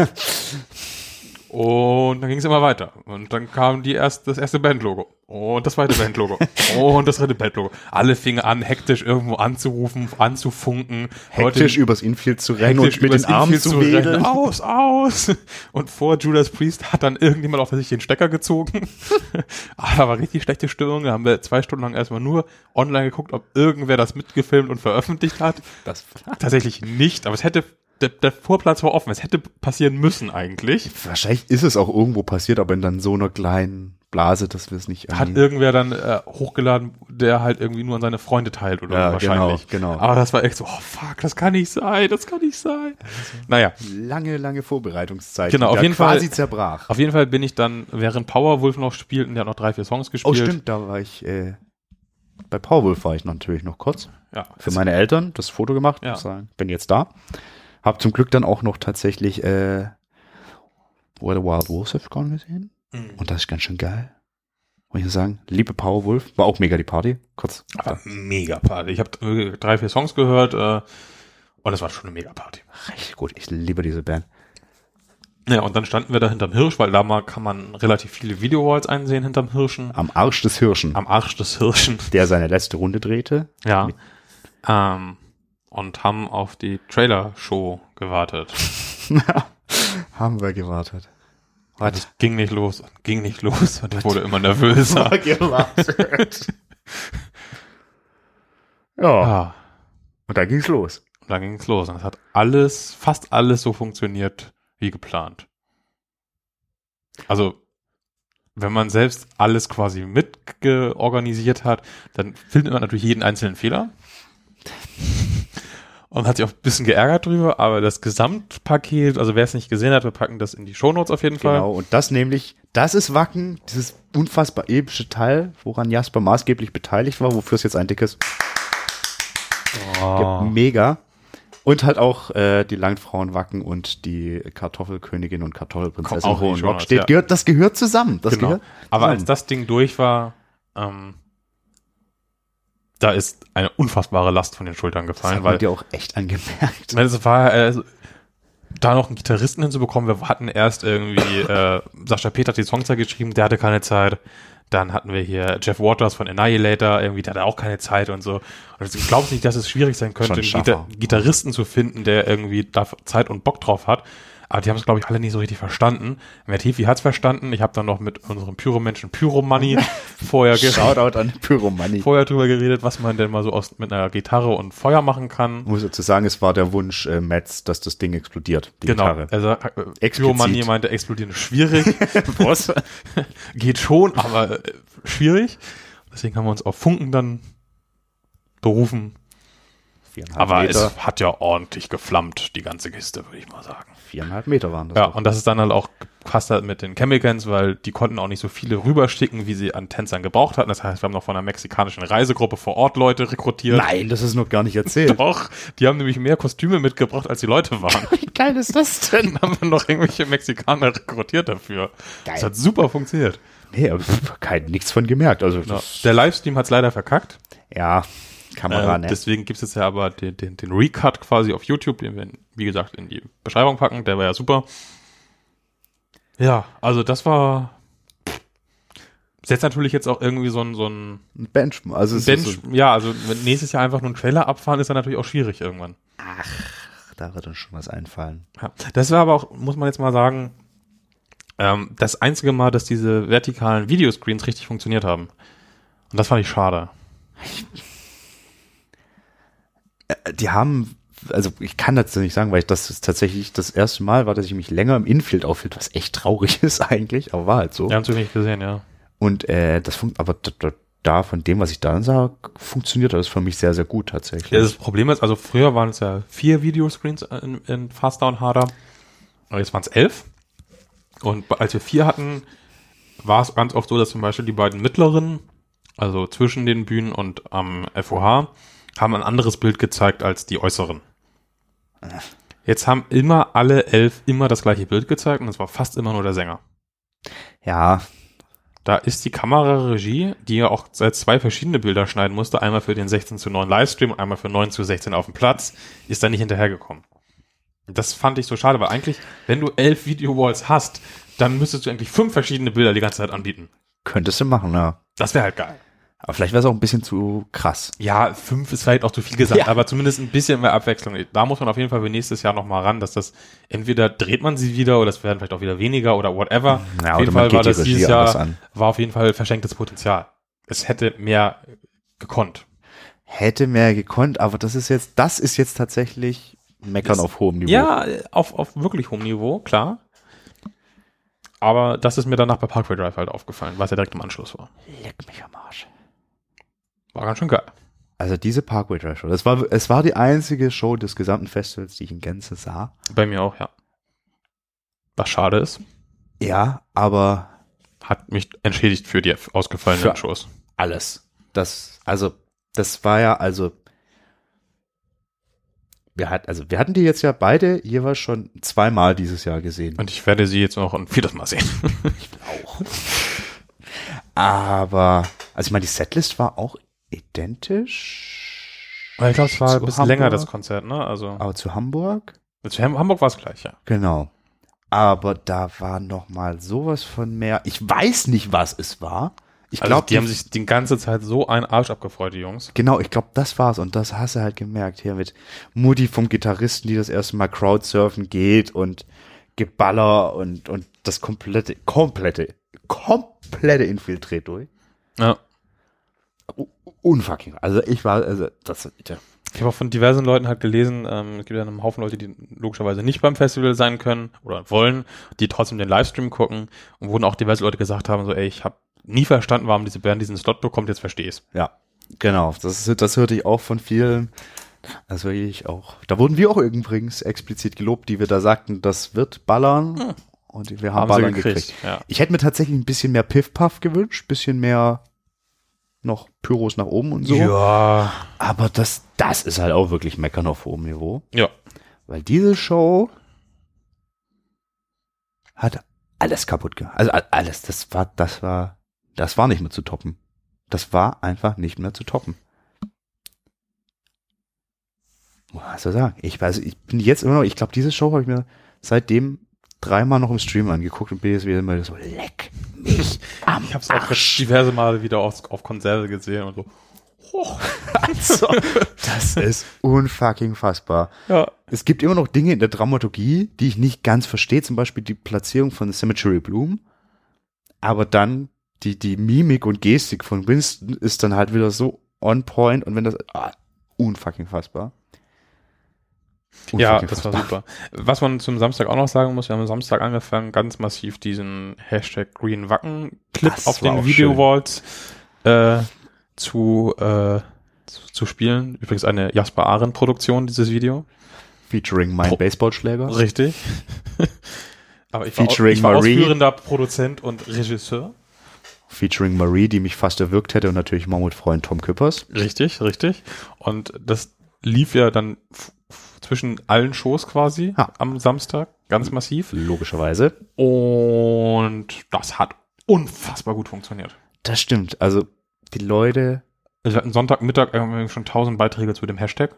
Und dann ging es immer weiter. Und dann kam das erste Bandlogo. Und das zweite Bandlogo. Und das dritte Bandlogo. Alle fingen an, hektisch irgendwo anzurufen, anzufunken. Hektisch übers Infield zu rennen und mit den Armen zu wedeln. Aus! Und vor Judas Priest hat dann irgendjemand auf sich den Stecker gezogen. Aber war richtig schlechte Stimmung. Da haben wir 2 Stunden lang erstmal nur online geguckt, ob irgendwer das mitgefilmt und veröffentlicht hat. Das Tatsächlich nicht, aber es hätte der Vorplatz war offen. Es hätte passieren müssen eigentlich. wahrscheinlich ist es auch irgendwo passiert, aber in dann so einer kleinen Blase, dass wir es nicht Hat irgendwer dann hochgeladen, der halt irgendwie nur an seine Freunde teilt oder so wahrscheinlich. Genau. Aber das war echt so, oh fuck, das kann nicht sein. Naja. Lange Vorbereitungszeit. Genau, auf jeden Fall. Quasi zerbrach. Auf jeden Fall bin ich dann, während Powerwolf noch spielten, der hat noch 3-4 Songs gespielt. Oh stimmt, da war ich, bei Powerwolf war ich natürlich noch kurz. Ja. Für meine Eltern das Foto gemacht. Ja. Muss sagen, bin jetzt da. Hab zum Glück dann auch noch tatsächlich Where the Wild Wolves have gone gesehen. Und das ist ganz schön geil. Muss ich sagen, liebe Powerwolf, war auch mega die Party. Kurz. Aber mega Party. Ich habe 3-4 Songs gehört und das war schon eine mega Party. Richtig gut, ich liebe diese Band. Ja, und dann standen wir da hinterm Hirsch, weil da mal kann man relativ viele Video-Walls einsehen hinterm Hirschen. Am Arsch des Hirschen. Am Arsch des Hirschen. Der seine letzte Runde drehte. Ja. Und haben auf die Trailer-Show gewartet. Haben wir gewartet. Und es ging nicht los und ich wurde immer nervöser. Ja. Und dann ging's los. Und dann ging's los. Und es hat fast alles so funktioniert wie geplant. Also, wenn man selbst alles quasi mitgeorganisiert hat, dann findet man natürlich jeden einzelnen Fehler. Und hat sich auch ein bisschen geärgert drüber, aber das Gesamtpaket, also wer es nicht gesehen hat, wir packen das in die Shownotes auf jeden Fall. Genau, und das ist Wacken, dieses unfassbar epische Teil, woran Jasper maßgeblich beteiligt war, wofür es jetzt ein dickes gibt. Mega. Und halt auch die Langfrauen Wacken und die Kartoffelkönigin und Kartoffelprinzessin Auch in die Hohenlock Shownotes, steht. Das gehört zusammen. Das Genau. gehört Aber zusammen. als das Ding durch war, da ist eine unfassbare Last von den Schultern das gefallen, hat weil man dir auch echt angemerkt. es war da noch einen Gitarristen hinzubekommen. Wir hatten erst irgendwie Sascha Peter hat die Songs ja geschrieben, der hatte keine Zeit. Dann hatten wir hier Jeff Waters von Annihilator, irgendwie, der hatte auch keine Zeit und so. Und ich glaube nicht, dass es schwierig sein könnte, einen Gitarristen zu finden, der irgendwie da Zeit und Bock drauf hat. Aber die haben es, glaube ich, alle nicht so richtig verstanden. Mertifi hat es verstanden. Ich habe dann noch mit unserem Pyromenschen Pyromoney vorher Shoutout an Pyromoney. vorher drüber geredet, was man denn mal so mit einer Gitarre und Feuer machen kann. Ich muss dazu sagen, es war der Wunsch Metz, dass das Ding explodiert, die Genau, Gitarre. also Pyromoney meinte, explodieren ist schwierig. Was? Geht schon, aber schwierig. Deswegen haben wir uns auf Funken dann berufen. 4,5 Aber Meter. es hat ja ordentlich geflammt, die ganze Kiste, würde ich mal sagen. 4,5 Meter waren das. Ja, doch. und das ist dann halt auch gepasst hat mit den Chemicals, weil die konnten auch nicht so viele rüberschicken, wie sie an Tänzern gebraucht hatten. Das heißt, wir haben noch von einer mexikanischen Reisegruppe vor Ort Leute rekrutiert. Nein, das ist noch gar nicht erzählt. Doch, die haben nämlich mehr Kostüme mitgebracht, als die Leute waren. Wie geil ist das denn? Dann haben wir noch irgendwelche Mexikaner rekrutiert dafür. Geil. Das hat super funktioniert. Nee, aber nichts von gemerkt. Also Ja. das, Der Livestream hat es leider verkackt. ja, Kamera, ne? Deswegen gibt es jetzt ja aber den Recut quasi auf YouTube, den wir, wie gesagt, in die Beschreibung packen. Der war ja super. Ja, also das war jetzt natürlich jetzt auch irgendwie so ein Ein Bench. Also es Bench. ist so, Ja, also wenn nächstes Jahr einfach nur einen Trailer abfahren, ist dann natürlich auch schwierig irgendwann. da wird uns schon was einfallen. Ja. Das war aber auch, muss man jetzt mal sagen, das einzige Mal, dass diese vertikalen Videoscreens richtig funktioniert haben. Und das fand ich schade. Die haben, also ich kann dazu nicht sagen, weil das ist tatsächlich das erste Mal war, dass ich mich länger im Infield aufhielt, was echt traurig ist eigentlich, aber war halt so. Wir haben es nicht gesehen, ja. Und aber da von dem, was ich da sah, funktioniert das für mich sehr, sehr gut tatsächlich. Ja, das Problem ist, also früher waren es ja 4 Videoscreens in Faster und Harder, aber jetzt waren es 11. Und als wir 4 hatten, war es ganz oft so, dass zum Beispiel die beiden mittleren, also zwischen den Bühnen und am FOH, haben ein anderes Bild gezeigt als die äußeren. Jetzt haben immer alle 11 immer das gleiche Bild gezeigt und es war fast immer nur der Sänger. Ja, Da ist die Kameraregie, die ja auch seit 2 verschiedene Bilder schneiden musste, einmal für den 16:9 Livestream und einmal für 9:16 auf dem Platz, ist da nicht hinterhergekommen. Das fand ich so schade, weil eigentlich, wenn du 11 Video-Walls hast, dann müsstest du eigentlich 5 verschiedene Bilder die ganze Zeit anbieten. könntest du machen, ja. Das wäre halt geil. Aber vielleicht wäre es auch ein bisschen zu krass. Ja, 5 ist vielleicht auch zu viel gesagt, Ja. aber zumindest ein bisschen mehr Abwechslung. Da muss man auf jeden Fall für nächstes Jahr nochmal ran, dass das entweder dreht man sie wieder oder es werden vielleicht auch wieder weniger oder whatever. Ja, auf jeden oder man Fall geht war die das Regie dieses anders Jahr, an. war auf jeden Fall verschenktes Potenzial. Es hätte mehr gekonnt. Hätte mehr gekonnt, aber das ist jetzt tatsächlich Meckern Das- auf hohem Niveau. Ja, auf wirklich hohem Niveau, klar. Aber das ist mir danach bei Parkway Drive halt aufgefallen, weil es ja direkt im Anschluss war. Leck mich am Arsch. War ganz schön geil. Also diese Parkway Drive Show, es war die einzige Show des gesamten Festivals, die ich in Gänze sah. Bei mir auch, ja. Was schade ist. Ja, aber Hat mich entschädigt für die ausgefallenen Shows. alles. Das war ja, wir hatten die jetzt ja beide jeweils schon 2-mal dieses Jahr gesehen. Und ich werde sie jetzt noch ein 4. Mal sehen. Ich auch. Aber, also ich meine, die Setlist war auch identisch. Ich glaube, es war ein bisschen länger, das Hamburg. Konzert, ne? Also, Aber zu Hamburg? zu Hamburg war es gleich, ja. Genau. Aber da war noch mal sowas von mehr. Ich weiß nicht, was es war. Ich Also glaube, die haben sich die ganze Zeit so einen Arsch abgefreut, die Jungs. Genau, ich glaube, das war's. Und das hast du halt gemerkt hier mit Mutti vom Gitarristen, die das erste Mal Crowdsurfen geht und Geballer und das komplette Infilträt durch. Ja. Unfucking. Also ich habe auch von diversen Leuten halt gelesen, es gibt ja einen Haufen Leute, die logischerweise nicht beim Festival sein können oder wollen, die trotzdem den Livestream gucken und wurden auch diverse Leute gesagt haben, so ey, ich habe nie verstanden, warum diese Band diesen Slot bekommt, jetzt verstehe ich's. Ja, genau. Das hörte ich auch von vielen. Also da wurden wir auch übrigens explizit gelobt, die wir da sagten, das wird ballern. Und wir haben Ballern gekriegt. Ja. Ich hätte mir tatsächlich ein bisschen mehr Piff-Puff gewünscht, bisschen mehr noch Pyros nach oben und so. Ja. Aber das ist halt auch wirklich Meckern auf hohem Niveau. Ja. Weil diese Show hat alles kaputt gemacht. Also alles, das war nicht mehr zu toppen. Das war einfach nicht mehr zu toppen. Was soll ich sagen? Ich bin jetzt immer noch, ich glaube, diese Show habe ich mir seitdem 3-mal noch im Stream angeguckt und bin jetzt wieder mal so, leck mich am Ich habe es auch Arsch. diverse Male wieder auf Konserve gesehen und so. Also, das ist unfucking fassbar. Ja. Es gibt immer noch Dinge in der Dramaturgie, die ich nicht ganz verstehe, zum Beispiel die Platzierung von Cemetery Bloom, aber dann die Mimik und Gestik von Winston ist dann halt wieder so on point und wenn das, unfucking fassbar. Ja, Unfucking das war fassbar. super. Was man zum Samstag auch noch sagen muss, wir haben am Samstag angefangen, ganz massiv diesen Hashtag Green Wacken Clip Das auf war den auch Video schön. Walls zu spielen. Übrigens eine Jasper Arendt Produktion, dieses Video. Featuring mein Baseballschläger. Richtig. Aber ich Featuring war Marie. ausführender Produzent und Regisseur. Featuring Marie, die mich fast erwürgt hätte und natürlich Mammutfreund Tom Küppers. Richtig, richtig. Und das lief ja dann zwischen allen Shows quasi Ja. am Samstag, ganz massiv. Logischerweise. Und das hat unfassbar gut funktioniert. Das stimmt. Also die Leute, Wir hatten Sonntagmittag schon 1000 Beiträge zu dem Hashtag.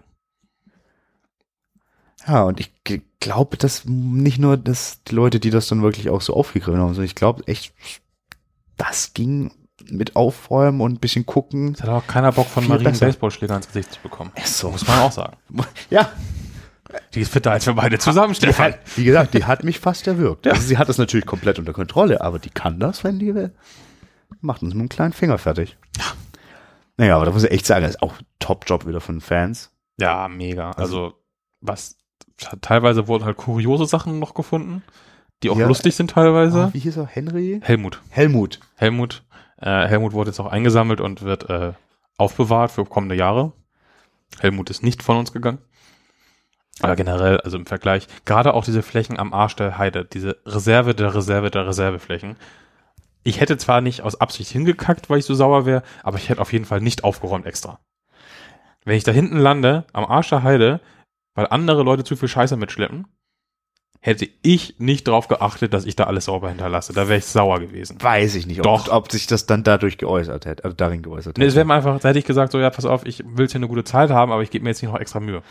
ja, und ich glaube, dass nicht nur, dass die Leute, die das dann wirklich auch so aufgegriffen haben, sondern ich glaube echt, das ging mit Aufräumen und ein bisschen gucken. Es hat auch keiner Bock von Viel Marie einen besser. Baseballschläger ins Gesicht zu bekommen. So. Muss man auch sagen. Ja, Die ist fitter als wir beide zusammen, Stefan. wie gesagt, die hat mich fast erwürgt. Ja. Also sie hat das natürlich komplett unter Kontrolle, aber die kann das, wenn die will. Macht uns mit einem kleinen Finger fertig. Ja. Naja, aber da muss ich echt sagen, das ist auch Top-Job wieder von den Fans. Ja, mega. Also, teilweise wurden halt kuriose Sachen noch gefunden, die auch Ja. lustig sind teilweise. Wie hieß er? Henry? Helmut. Helmut. Helmut wurde jetzt auch eingesammelt und wird aufbewahrt für kommende Jahre. Helmut ist nicht von uns gegangen. Aber generell, also im Vergleich, gerade auch diese Flächen am Arsch der Heide, diese Reserve der Reserveflächen. Ich hätte zwar nicht aus Absicht hingekackt, weil ich so sauer wäre, aber ich hätte auf jeden Fall nicht aufgeräumt extra. Wenn ich da hinten lande, am Arsch der Heide, weil andere Leute zu viel Scheiße mitschleppen, hätte ich nicht drauf geachtet, dass ich da alles sauber hinterlasse. Da wäre ich sauer gewesen. Weiß ich nicht, Doch. ob sich das dann dadurch geäußert hätte, also darin geäußert Nee, es hätte. wäre mir einfach, da hätte ich gesagt, so, ja, pass auf, ich will hier eine gute Zeit haben, aber ich gebe mir jetzt nicht noch extra Mühe.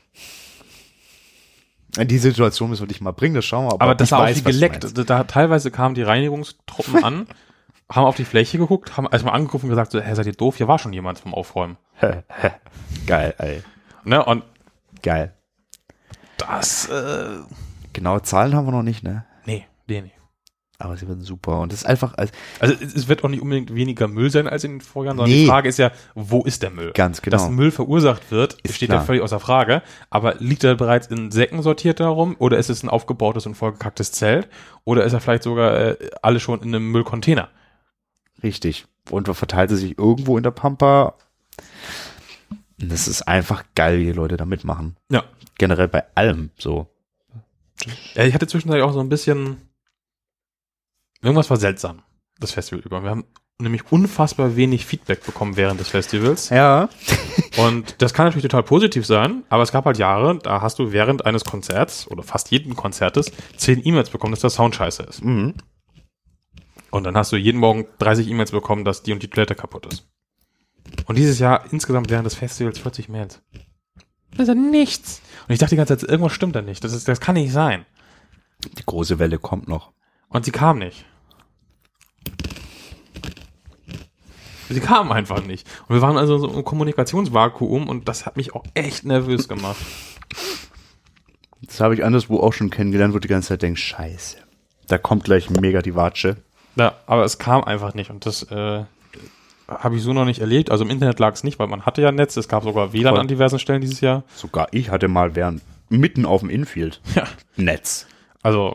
In die Situation müssen wir dich mal bringen, das schauen wir. Aber das ich war auch weiß, wie was du geleckt. meinst. Da teilweise kamen die Reinigungstruppen an, haben auf die Fläche geguckt, haben erstmal angerufen und gesagt, so, seid ihr doof? Hier war schon jemand vom Aufräumen. Geil, ey. Ne? Und Geil. das, Genaue Zahlen haben wir noch nicht, ne? nee. Aber sie werden super. Und das ist einfach, Also es wird auch nicht unbedingt weniger Müll sein als in den Vorjahren, sondern Nee. die Frage ist ja, wo ist der Müll? Ganz genau. Dass Müll verursacht wird, Ist steht klar. ja völlig außer Frage. Aber liegt er bereits in Säcken sortiert darum? Oder ist es ein aufgebautes und vollgekacktes Zelt? Oder ist er vielleicht sogar alle schon in einem Müllcontainer? richtig. Und verteilt sie sich irgendwo in der Pampa. Und das ist einfach geil, wie die Leute da mitmachen. Ja. Generell bei allem so. Ja, ich hatte zwischendurch auch so ein bisschen, irgendwas war seltsam, das Festival über. Wir haben nämlich unfassbar wenig Feedback bekommen während des Festivals. Ja. Und das kann natürlich total positiv sein, aber es gab halt Jahre, da hast du während eines Konzerts oder fast jeden Konzertes 10 E-Mails bekommen, dass der Sound scheiße ist. Mhm. Und dann hast du jeden Morgen 30 E-Mails bekommen, dass die und die Toilette kaputt ist. Und dieses Jahr insgesamt während des Festivals 40 Mails. Das ist ja nichts. Und ich dachte die ganze Zeit, irgendwas stimmt da nicht. Das kann nicht sein. Die große Welle kommt noch. Und sie kam nicht. Sie kam einfach nicht. Und wir waren also so im Kommunikationsvakuum und das hat mich auch echt nervös gemacht. Das habe ich anderswo auch schon kennengelernt, wo du die ganze Zeit denkst, scheiße. Da kommt gleich mega die Watsche. Ja, aber es kam einfach nicht und das habe ich so noch nicht erlebt. Also im Internet lag es nicht, weil man hatte ja Netz. Es gab sogar WLAN Voll. an diversen Stellen dieses Jahr. Sogar ich hatte mal mitten auf dem Infield Ja. Netz. Also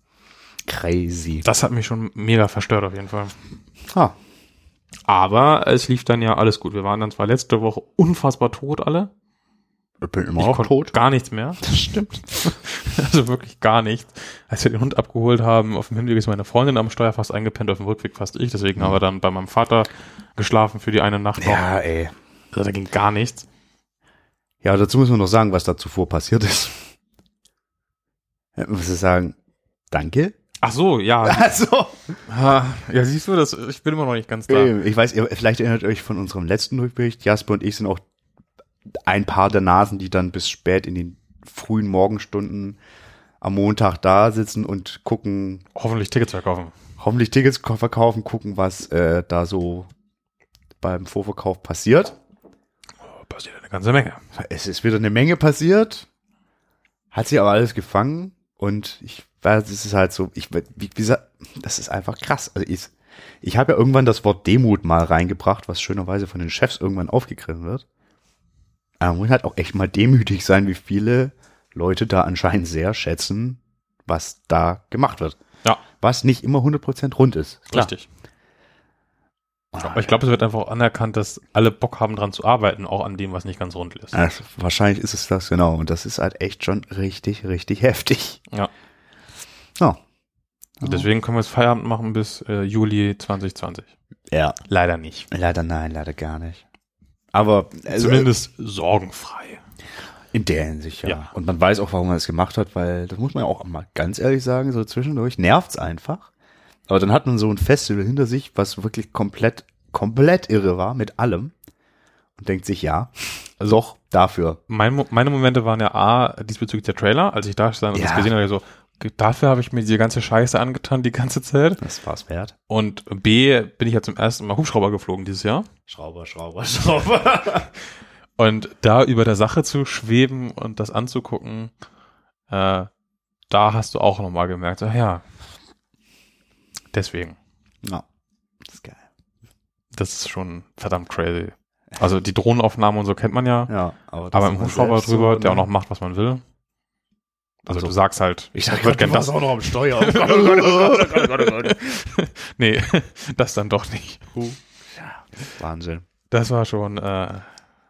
Crazy. das hat mich schon mega verstört auf jeden Fall. Ah, Aber es lief dann ja alles gut. Wir waren dann zwar letzte Woche unfassbar tot alle. ich bin immer Ich noch konnte tot. gar nichts mehr. Das stimmt. Also wirklich gar nichts. Als wir den Hund abgeholt haben, auf dem Hinweg ist meine Freundin am Steuer fast eingepennt, auf dem Rückweg fast ich. Deswegen haben wir dann bei meinem Vater geschlafen für die eine Nacht noch. Ja, ey. Also da ging gar nichts. Ja, dazu muss man noch sagen, was da zuvor passiert ist. Ja, muss ich sagen, danke. Ach so, ja. Also, Ja, siehst du, ich bin immer noch nicht ganz da. ich weiß, vielleicht erinnert euch von unserem letzten Rückbericht, Jasper und ich sind auch ein paar der Nasen, die dann bis spät in den frühen Morgenstunden am Montag da sitzen und gucken, Hoffentlich Tickets verkaufen. hoffentlich Tickets verkaufen, gucken, was da so beim Vorverkauf passiert. Passiert eine ganze Menge. Es ist wieder eine Menge passiert, hat sich aber alles gefangen und ich weiß, es ist halt so, wie gesagt, das ist einfach krass. Also ich habe ja irgendwann das Wort Demut mal reingebracht, was schönerweise von den Chefs irgendwann aufgegriffen wird. Aber man muss halt auch echt mal demütig sein, wie viele Leute da anscheinend sehr schätzen, was da gemacht wird. Ja, Was nicht immer 100% rund ist. Klar. richtig. Aber ich glaube, es wird einfach auch anerkannt, dass alle Bock haben, dran zu arbeiten, auch an dem, was nicht ganz rund ist. Wahrscheinlich ist es das, genau. Und das ist halt echt schon richtig, richtig heftig. Ja. Ja. Und deswegen können wir jetzt Feierabend machen bis Juli 2020. Ja. Leider nicht. Leider nein, leider gar nicht. Aber Zumindest sorgenfrei. in der Hinsicht, ja. Ja. Und man weiß auch, warum man es gemacht hat, weil, das muss man ja auch mal ganz ehrlich sagen, so zwischendurch nervt's einfach. Aber dann hat man so ein Festival hinter sich, was wirklich komplett irre war mit allem. Und denkt sich, ja, also doch, dafür. Meine Momente waren ja diesbezüglich der Trailer, als ich da stand und Ja. das gesehen habe, so, dafür habe ich mir diese ganze Scheiße angetan die ganze Zeit. Das war's wert. Und B, bin ich ja zum ersten Mal Hubschrauber geflogen dieses Jahr. Schrauber. Und da über der Sache zu schweben und das anzugucken, da hast du auch nochmal gemerkt, ja, deswegen. Ja, das ist geil. Das ist schon verdammt crazy. Also die Drohnenaufnahmen und so kennt man ja, Ja, aber aber im Hubschrauber drüber, der auch noch macht, was man will. Also du sagst halt, ich sag würd gern das auch noch am Steuer. Oh Gott, oh Gott, oh Gott, oh Gott, oh Gott. nee, das dann doch nicht. Wahnsinn. Das war schon, ja,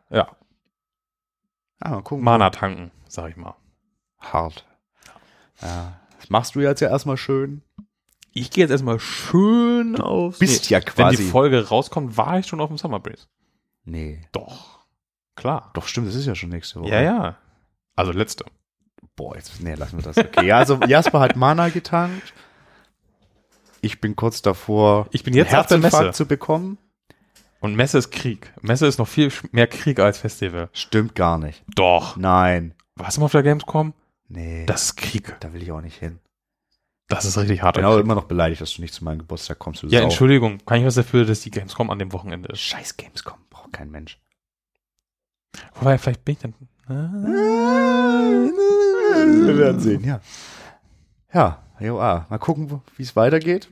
Mal gucken. Mana tanken, sag ich mal. Hart. Ja. Das machst du jetzt ja erstmal schön. Ich gehe jetzt erstmal schön auf. Bist ja Wenn quasi. die Folge rauskommt, war ich schon auf dem Summer Breeze. Nee. Doch. Klar. Doch, stimmt, das ist ja schon nächste Woche. Ja. Also letzte. Boah, lassen wir das. Okay, ja, also Jasper hat Mana getankt. Ich bin kurz davor, Ich bin jetzt auf der Herzinfarkt Messe. zu bekommen. Und Messe ist Krieg. Messe ist noch viel mehr Krieg als Festival. Stimmt gar nicht. Doch. Nein. Warst du mal auf der Gamescom? Nee. Das ist Krieg. Da will ich auch nicht hin. Das ist richtig hart. Genau, immer noch beleidigt, dass du nicht zu meinem Geburtstag kommst. Du Ja, Sau. Entschuldigung. Kann ich was dafür, dass die Gamescom an dem Wochenende ist? Scheiß Gamescom, braucht kein Mensch. Wobei, vielleicht bin ich dann... Wir werden sehen, ja. Ja, Joa, mal gucken, wie es weitergeht.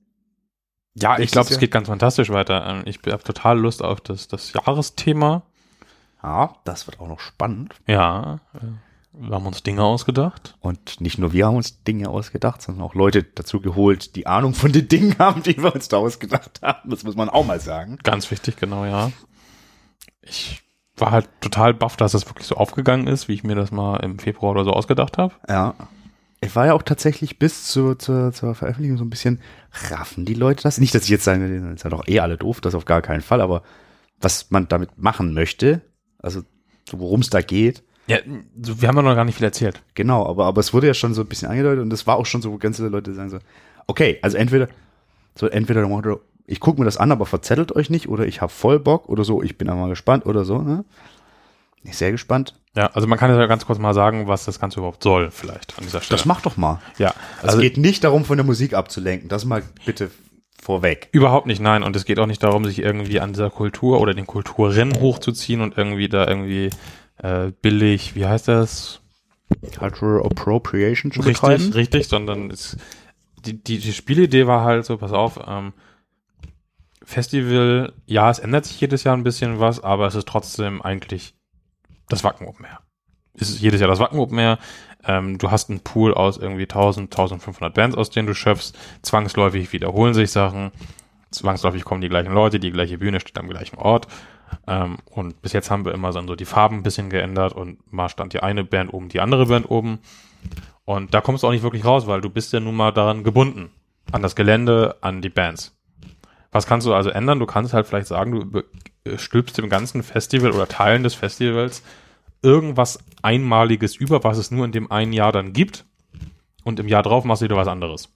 Ja, ich glaube, Jahr? es geht ganz fantastisch weiter. Ich habe total Lust auf das Jahresthema. Ja, das wird auch noch spannend. Ja, wir haben uns Dinge ausgedacht. Und nicht nur wir haben uns Dinge ausgedacht, sondern auch Leute dazu geholt, die Ahnung von den Dingen haben, die wir uns da ausgedacht haben. Das muss man auch mal sagen. Ganz wichtig, genau, ja. Ich war halt total baff, dass das wirklich so aufgegangen ist, wie ich mir das mal im Februar oder so ausgedacht habe. Ja. Ich war ja auch tatsächlich bis zur Veröffentlichung so ein bisschen, raffen die Leute das? Nicht, dass ich jetzt sage, das ist ja doch alle doof, das auf gar keinen Fall, aber was man damit machen möchte, also so worum es da geht. Ja, wir haben ja noch gar nicht viel erzählt. Genau, aber es wurde ja schon so ein bisschen angedeutet und das war auch schon so, wo ganz viele Leute sagen so, okay, also entweder der Motto, ich gucke mir das an, aber verzettelt euch nicht oder ich habe voll Bock oder so, ich bin einmal gespannt oder so, ne? Ich bin sehr gespannt. Ja, also man kann ja ganz kurz mal sagen, was das Ganze überhaupt soll, vielleicht an dieser Stelle. Das mach doch mal. Ja, Also es geht nicht darum, von der Musik abzulenken, das mal bitte vorweg. überhaupt nicht, nein. Und es geht auch nicht darum, sich irgendwie an dieser Kultur oder den Kulturrennen hochzuziehen und irgendwie da irgendwie billig, wie heißt das? Cultural Appropriation zu betreiben. Richtig, sondern die Spielidee war halt so, pass auf, Festival, ja, es ändert sich jedes Jahr ein bisschen was, aber es ist trotzdem eigentlich das Wacken Open Air. Es ist jedes Jahr das Wacken Open Air. Du hast einen Pool aus irgendwie 1500 Bands, aus denen du schöpfst. Zwangsläufig wiederholen sich Sachen. Zwangsläufig kommen die gleichen Leute, die gleiche Bühne steht am gleichen Ort. Und bis jetzt haben wir immer so die Farben ein bisschen geändert und mal stand die eine Band oben, die andere Band oben. Und da kommst du auch nicht wirklich raus, weil du bist ja nun mal daran gebunden. An das Gelände, an die Bands. Was kannst du also ändern? Du kannst halt vielleicht sagen, du stülpst dem ganzen Festival oder Teilen des Festivals irgendwas Einmaliges über, was es nur in dem einen Jahr dann gibt. Und im Jahr drauf machst du wieder was anderes.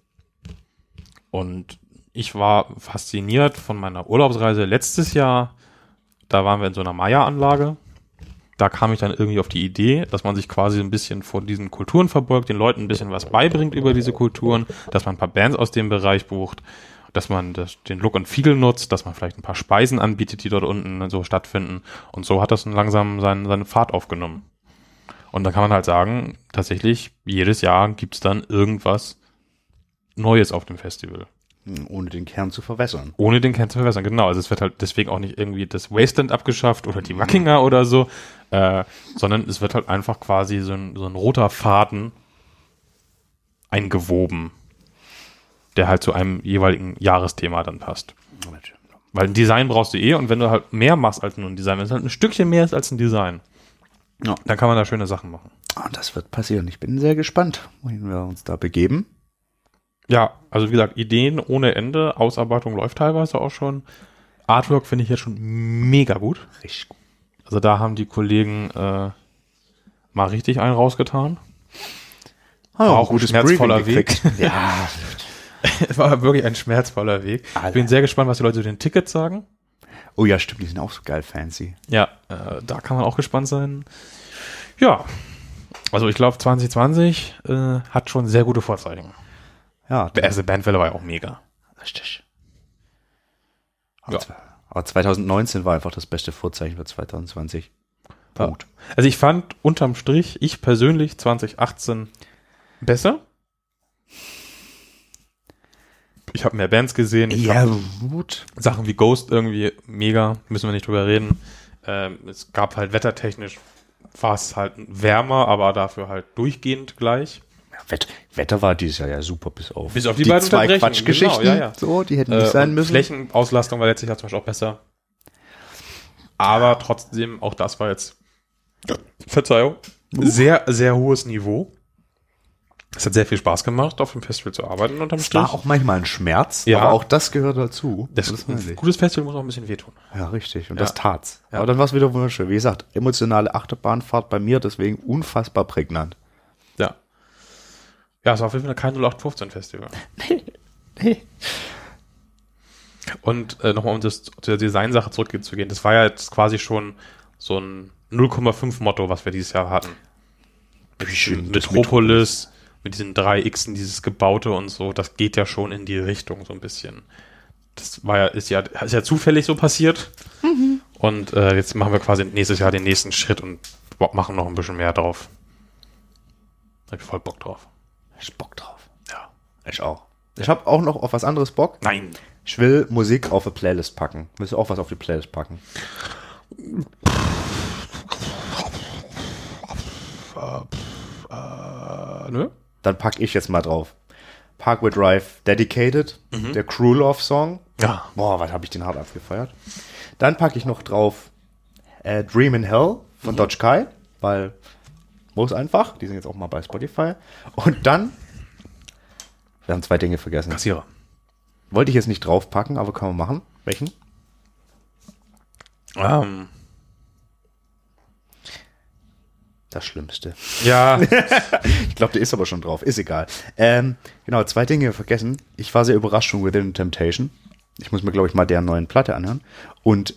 Und ich war fasziniert von meiner Urlaubsreise letztes Jahr. Da waren wir in so einer Maya-Anlage. Da kam ich dann irgendwie auf die Idee, dass man sich quasi ein bisschen vor diesen Kulturen verbeugt, den Leuten ein bisschen was beibringt über diese Kulturen, dass man ein paar Bands aus dem Bereich bucht, dass man den Look and Feel nutzt, dass man vielleicht ein paar Speisen anbietet, die dort unten so stattfinden. Und so hat das dann langsam seine Fahrt aufgenommen. Und dann kann man halt sagen, tatsächlich, jedes Jahr gibt's dann irgendwas Neues auf dem Festival. Ohne den Kern zu verwässern. Ohne den Kern zu verwässern, genau. Also es wird halt deswegen auch nicht irgendwie das Wasteland abgeschafft oder die Wackinger oder so, sondern es wird halt einfach quasi so ein roter Faden eingewoben, der halt zu einem jeweiligen Jahresthema dann passt. Weil ein Design brauchst du und wenn du halt mehr machst als nur ein Design, wenn es halt ein Stückchen mehr ist als ein Design, Ja. dann kann man da schöne Sachen machen. Und das wird passieren. Ich bin sehr gespannt, wohin wir uns da begeben. Ja, also wie gesagt, Ideen ohne Ende, Ausarbeitung läuft teilweise auch schon. Artwork finde ich jetzt schon mega gut. Richtig gut. Also da haben die Kollegen mal richtig einen rausgetan. War auch ein schmerzvoller Weg. Ja. Es war wirklich ein schmerzvoller Weg. Alter. Ich bin sehr gespannt, was die Leute zu den Tickets sagen. Oh ja, stimmt, die sind auch so geil fancy. Ja, da kann man auch gespannt sein. Ja, also ich glaube 2020 hat schon sehr gute Vorzeichen. Ja, Die erste Bandwelle war ja auch mega. richtig. Ja. Aber 2019 war einfach das beste Vorzeichen für 2020. Punkt. Also ich fand unterm Strich, ich persönlich 2018 besser. Ich habe mehr Bands gesehen. Ich Ja, hab gut. Sachen wie Ghost irgendwie mega, müssen wir nicht drüber reden. Es gab halt wettertechnisch, war es halt wärmer, aber dafür halt durchgehend gleich. Ja, Wetter war dieses Jahr ja super, bis auf Bis auf die beiden zwei Unterbrechungen, Quatschgeschichten. genau, ja. So, die hätten nicht sein müssen. Flächenauslastung war letztlich zum Beispiel auch besser. Aber trotzdem, auch das war jetzt, Verzeihung, sehr, sehr hohes Niveau. Es hat sehr viel Spaß gemacht, auf dem Festival zu arbeiten unterm Es Strich. war auch manchmal ein Schmerz, Ja. aber auch das gehört dazu. Ein gutes Festival muss auch ein bisschen wehtun. Ja, richtig. Und Ja. das tat's. Ja. Aber dann war es wieder wunderschön. Wie gesagt, emotionale Achterbahnfahrt bei mir, deswegen unfassbar prägnant. Ja. Ja, es war auf jeden Fall kein 0815 Festival. Nee. Und nochmal, um zu der Designsache zurückzugehen, das war ja jetzt quasi schon so ein 0,5 Motto, was wir dieses Jahr hatten. Metropolis, mit diesen 3 Xen, dieses Gebaute und so, das geht ja schon in die Richtung so ein bisschen. Das war ja, ist ja zufällig so passiert. Mhm. Und jetzt machen wir quasi nächstes Jahr den nächsten Schritt und machen noch ein bisschen mehr drauf. Da hab ich voll Bock drauf. Ich hab Bock drauf. Ich auch. Ich habe auch noch auf was anderes Bock. Nein. Ich will Musik auf eine Playlist packen. Willst du auch was auf die Playlist packen? Nö. Dann packe ich jetzt mal drauf. Parkway Drive Dedicated, der Crew Love Song. Ja. Boah, was habe ich den hart abgefeiert. Dann packe ich noch drauf Dream in Hell von Dodge Kai, weil muss einfach. Die sind jetzt auch mal bei Spotify. Und dann, wir haben 2 Dinge vergessen. Kassierer. Wollte ich jetzt nicht draufpacken, aber kann man machen. Welchen? Das Schlimmste. Ja. Ich glaube, der ist aber schon drauf. Ist egal. Genau, 2 Dinge vergessen. Ich war sehr überrascht von Within Temptation. Ich muss mir, glaube ich, mal deren neuen Platte anhören. Und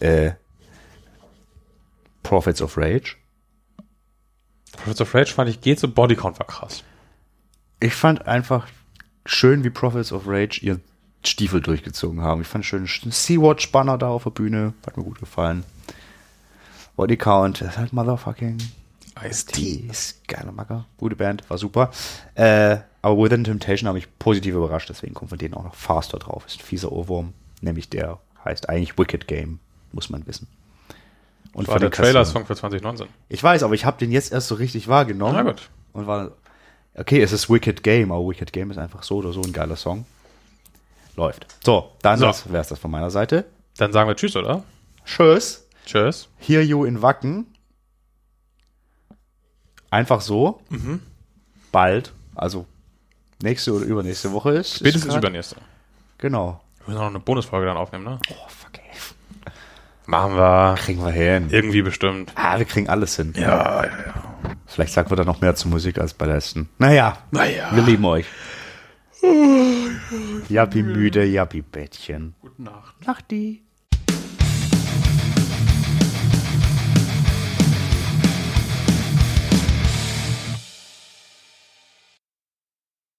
Prophets of Rage. Prophets of Rage fand ich geht so, Bodycount war krass. Ich fand einfach schön, wie Prophets of Rage ihren Stiefel durchgezogen haben. Ich fand schön Sea-Watch-Banner da auf der Bühne. Hat mir gut gefallen. Bodycount ist halt motherfucking Ice-T. Ist geiler Macker. Gute Band, war super. Aber Within Temptation habe mich positiv überrascht, deswegen kommt von denen auch noch Faster drauf. Ist ein fieser Ohrwurm. Nämlich der heißt eigentlich Wicked Game, muss man wissen. Und Das war der Trailer-Song für 2019. Ich weiß, aber ich habe den jetzt erst so richtig wahrgenommen. Na gut. Und war, okay, es ist Wicked Game, aber Wicked Game ist einfach so oder so ein geiler Song. Läuft. So, dann wäre es das von meiner Seite. Dann sagen wir Tschüss, oder? Tschüss. Tschüss. Hear You in Wacken. Einfach so. Bald. Also nächste oder übernächste Woche ist. Spätestens grad, übernächste. Genau. Wir müssen noch eine Bonusfolge dann aufnehmen, ne? Oh, fuck, ey. Machen wir. Kriegen wir hin. Irgendwie bestimmt. Wir kriegen alles hin. Ja. Vielleicht sagt wir da noch mehr zur Musik als bei der letzten. Naja. Wir lieben euch. Jappi müde, Jappi Bettchen. Gute Nacht. Nachti.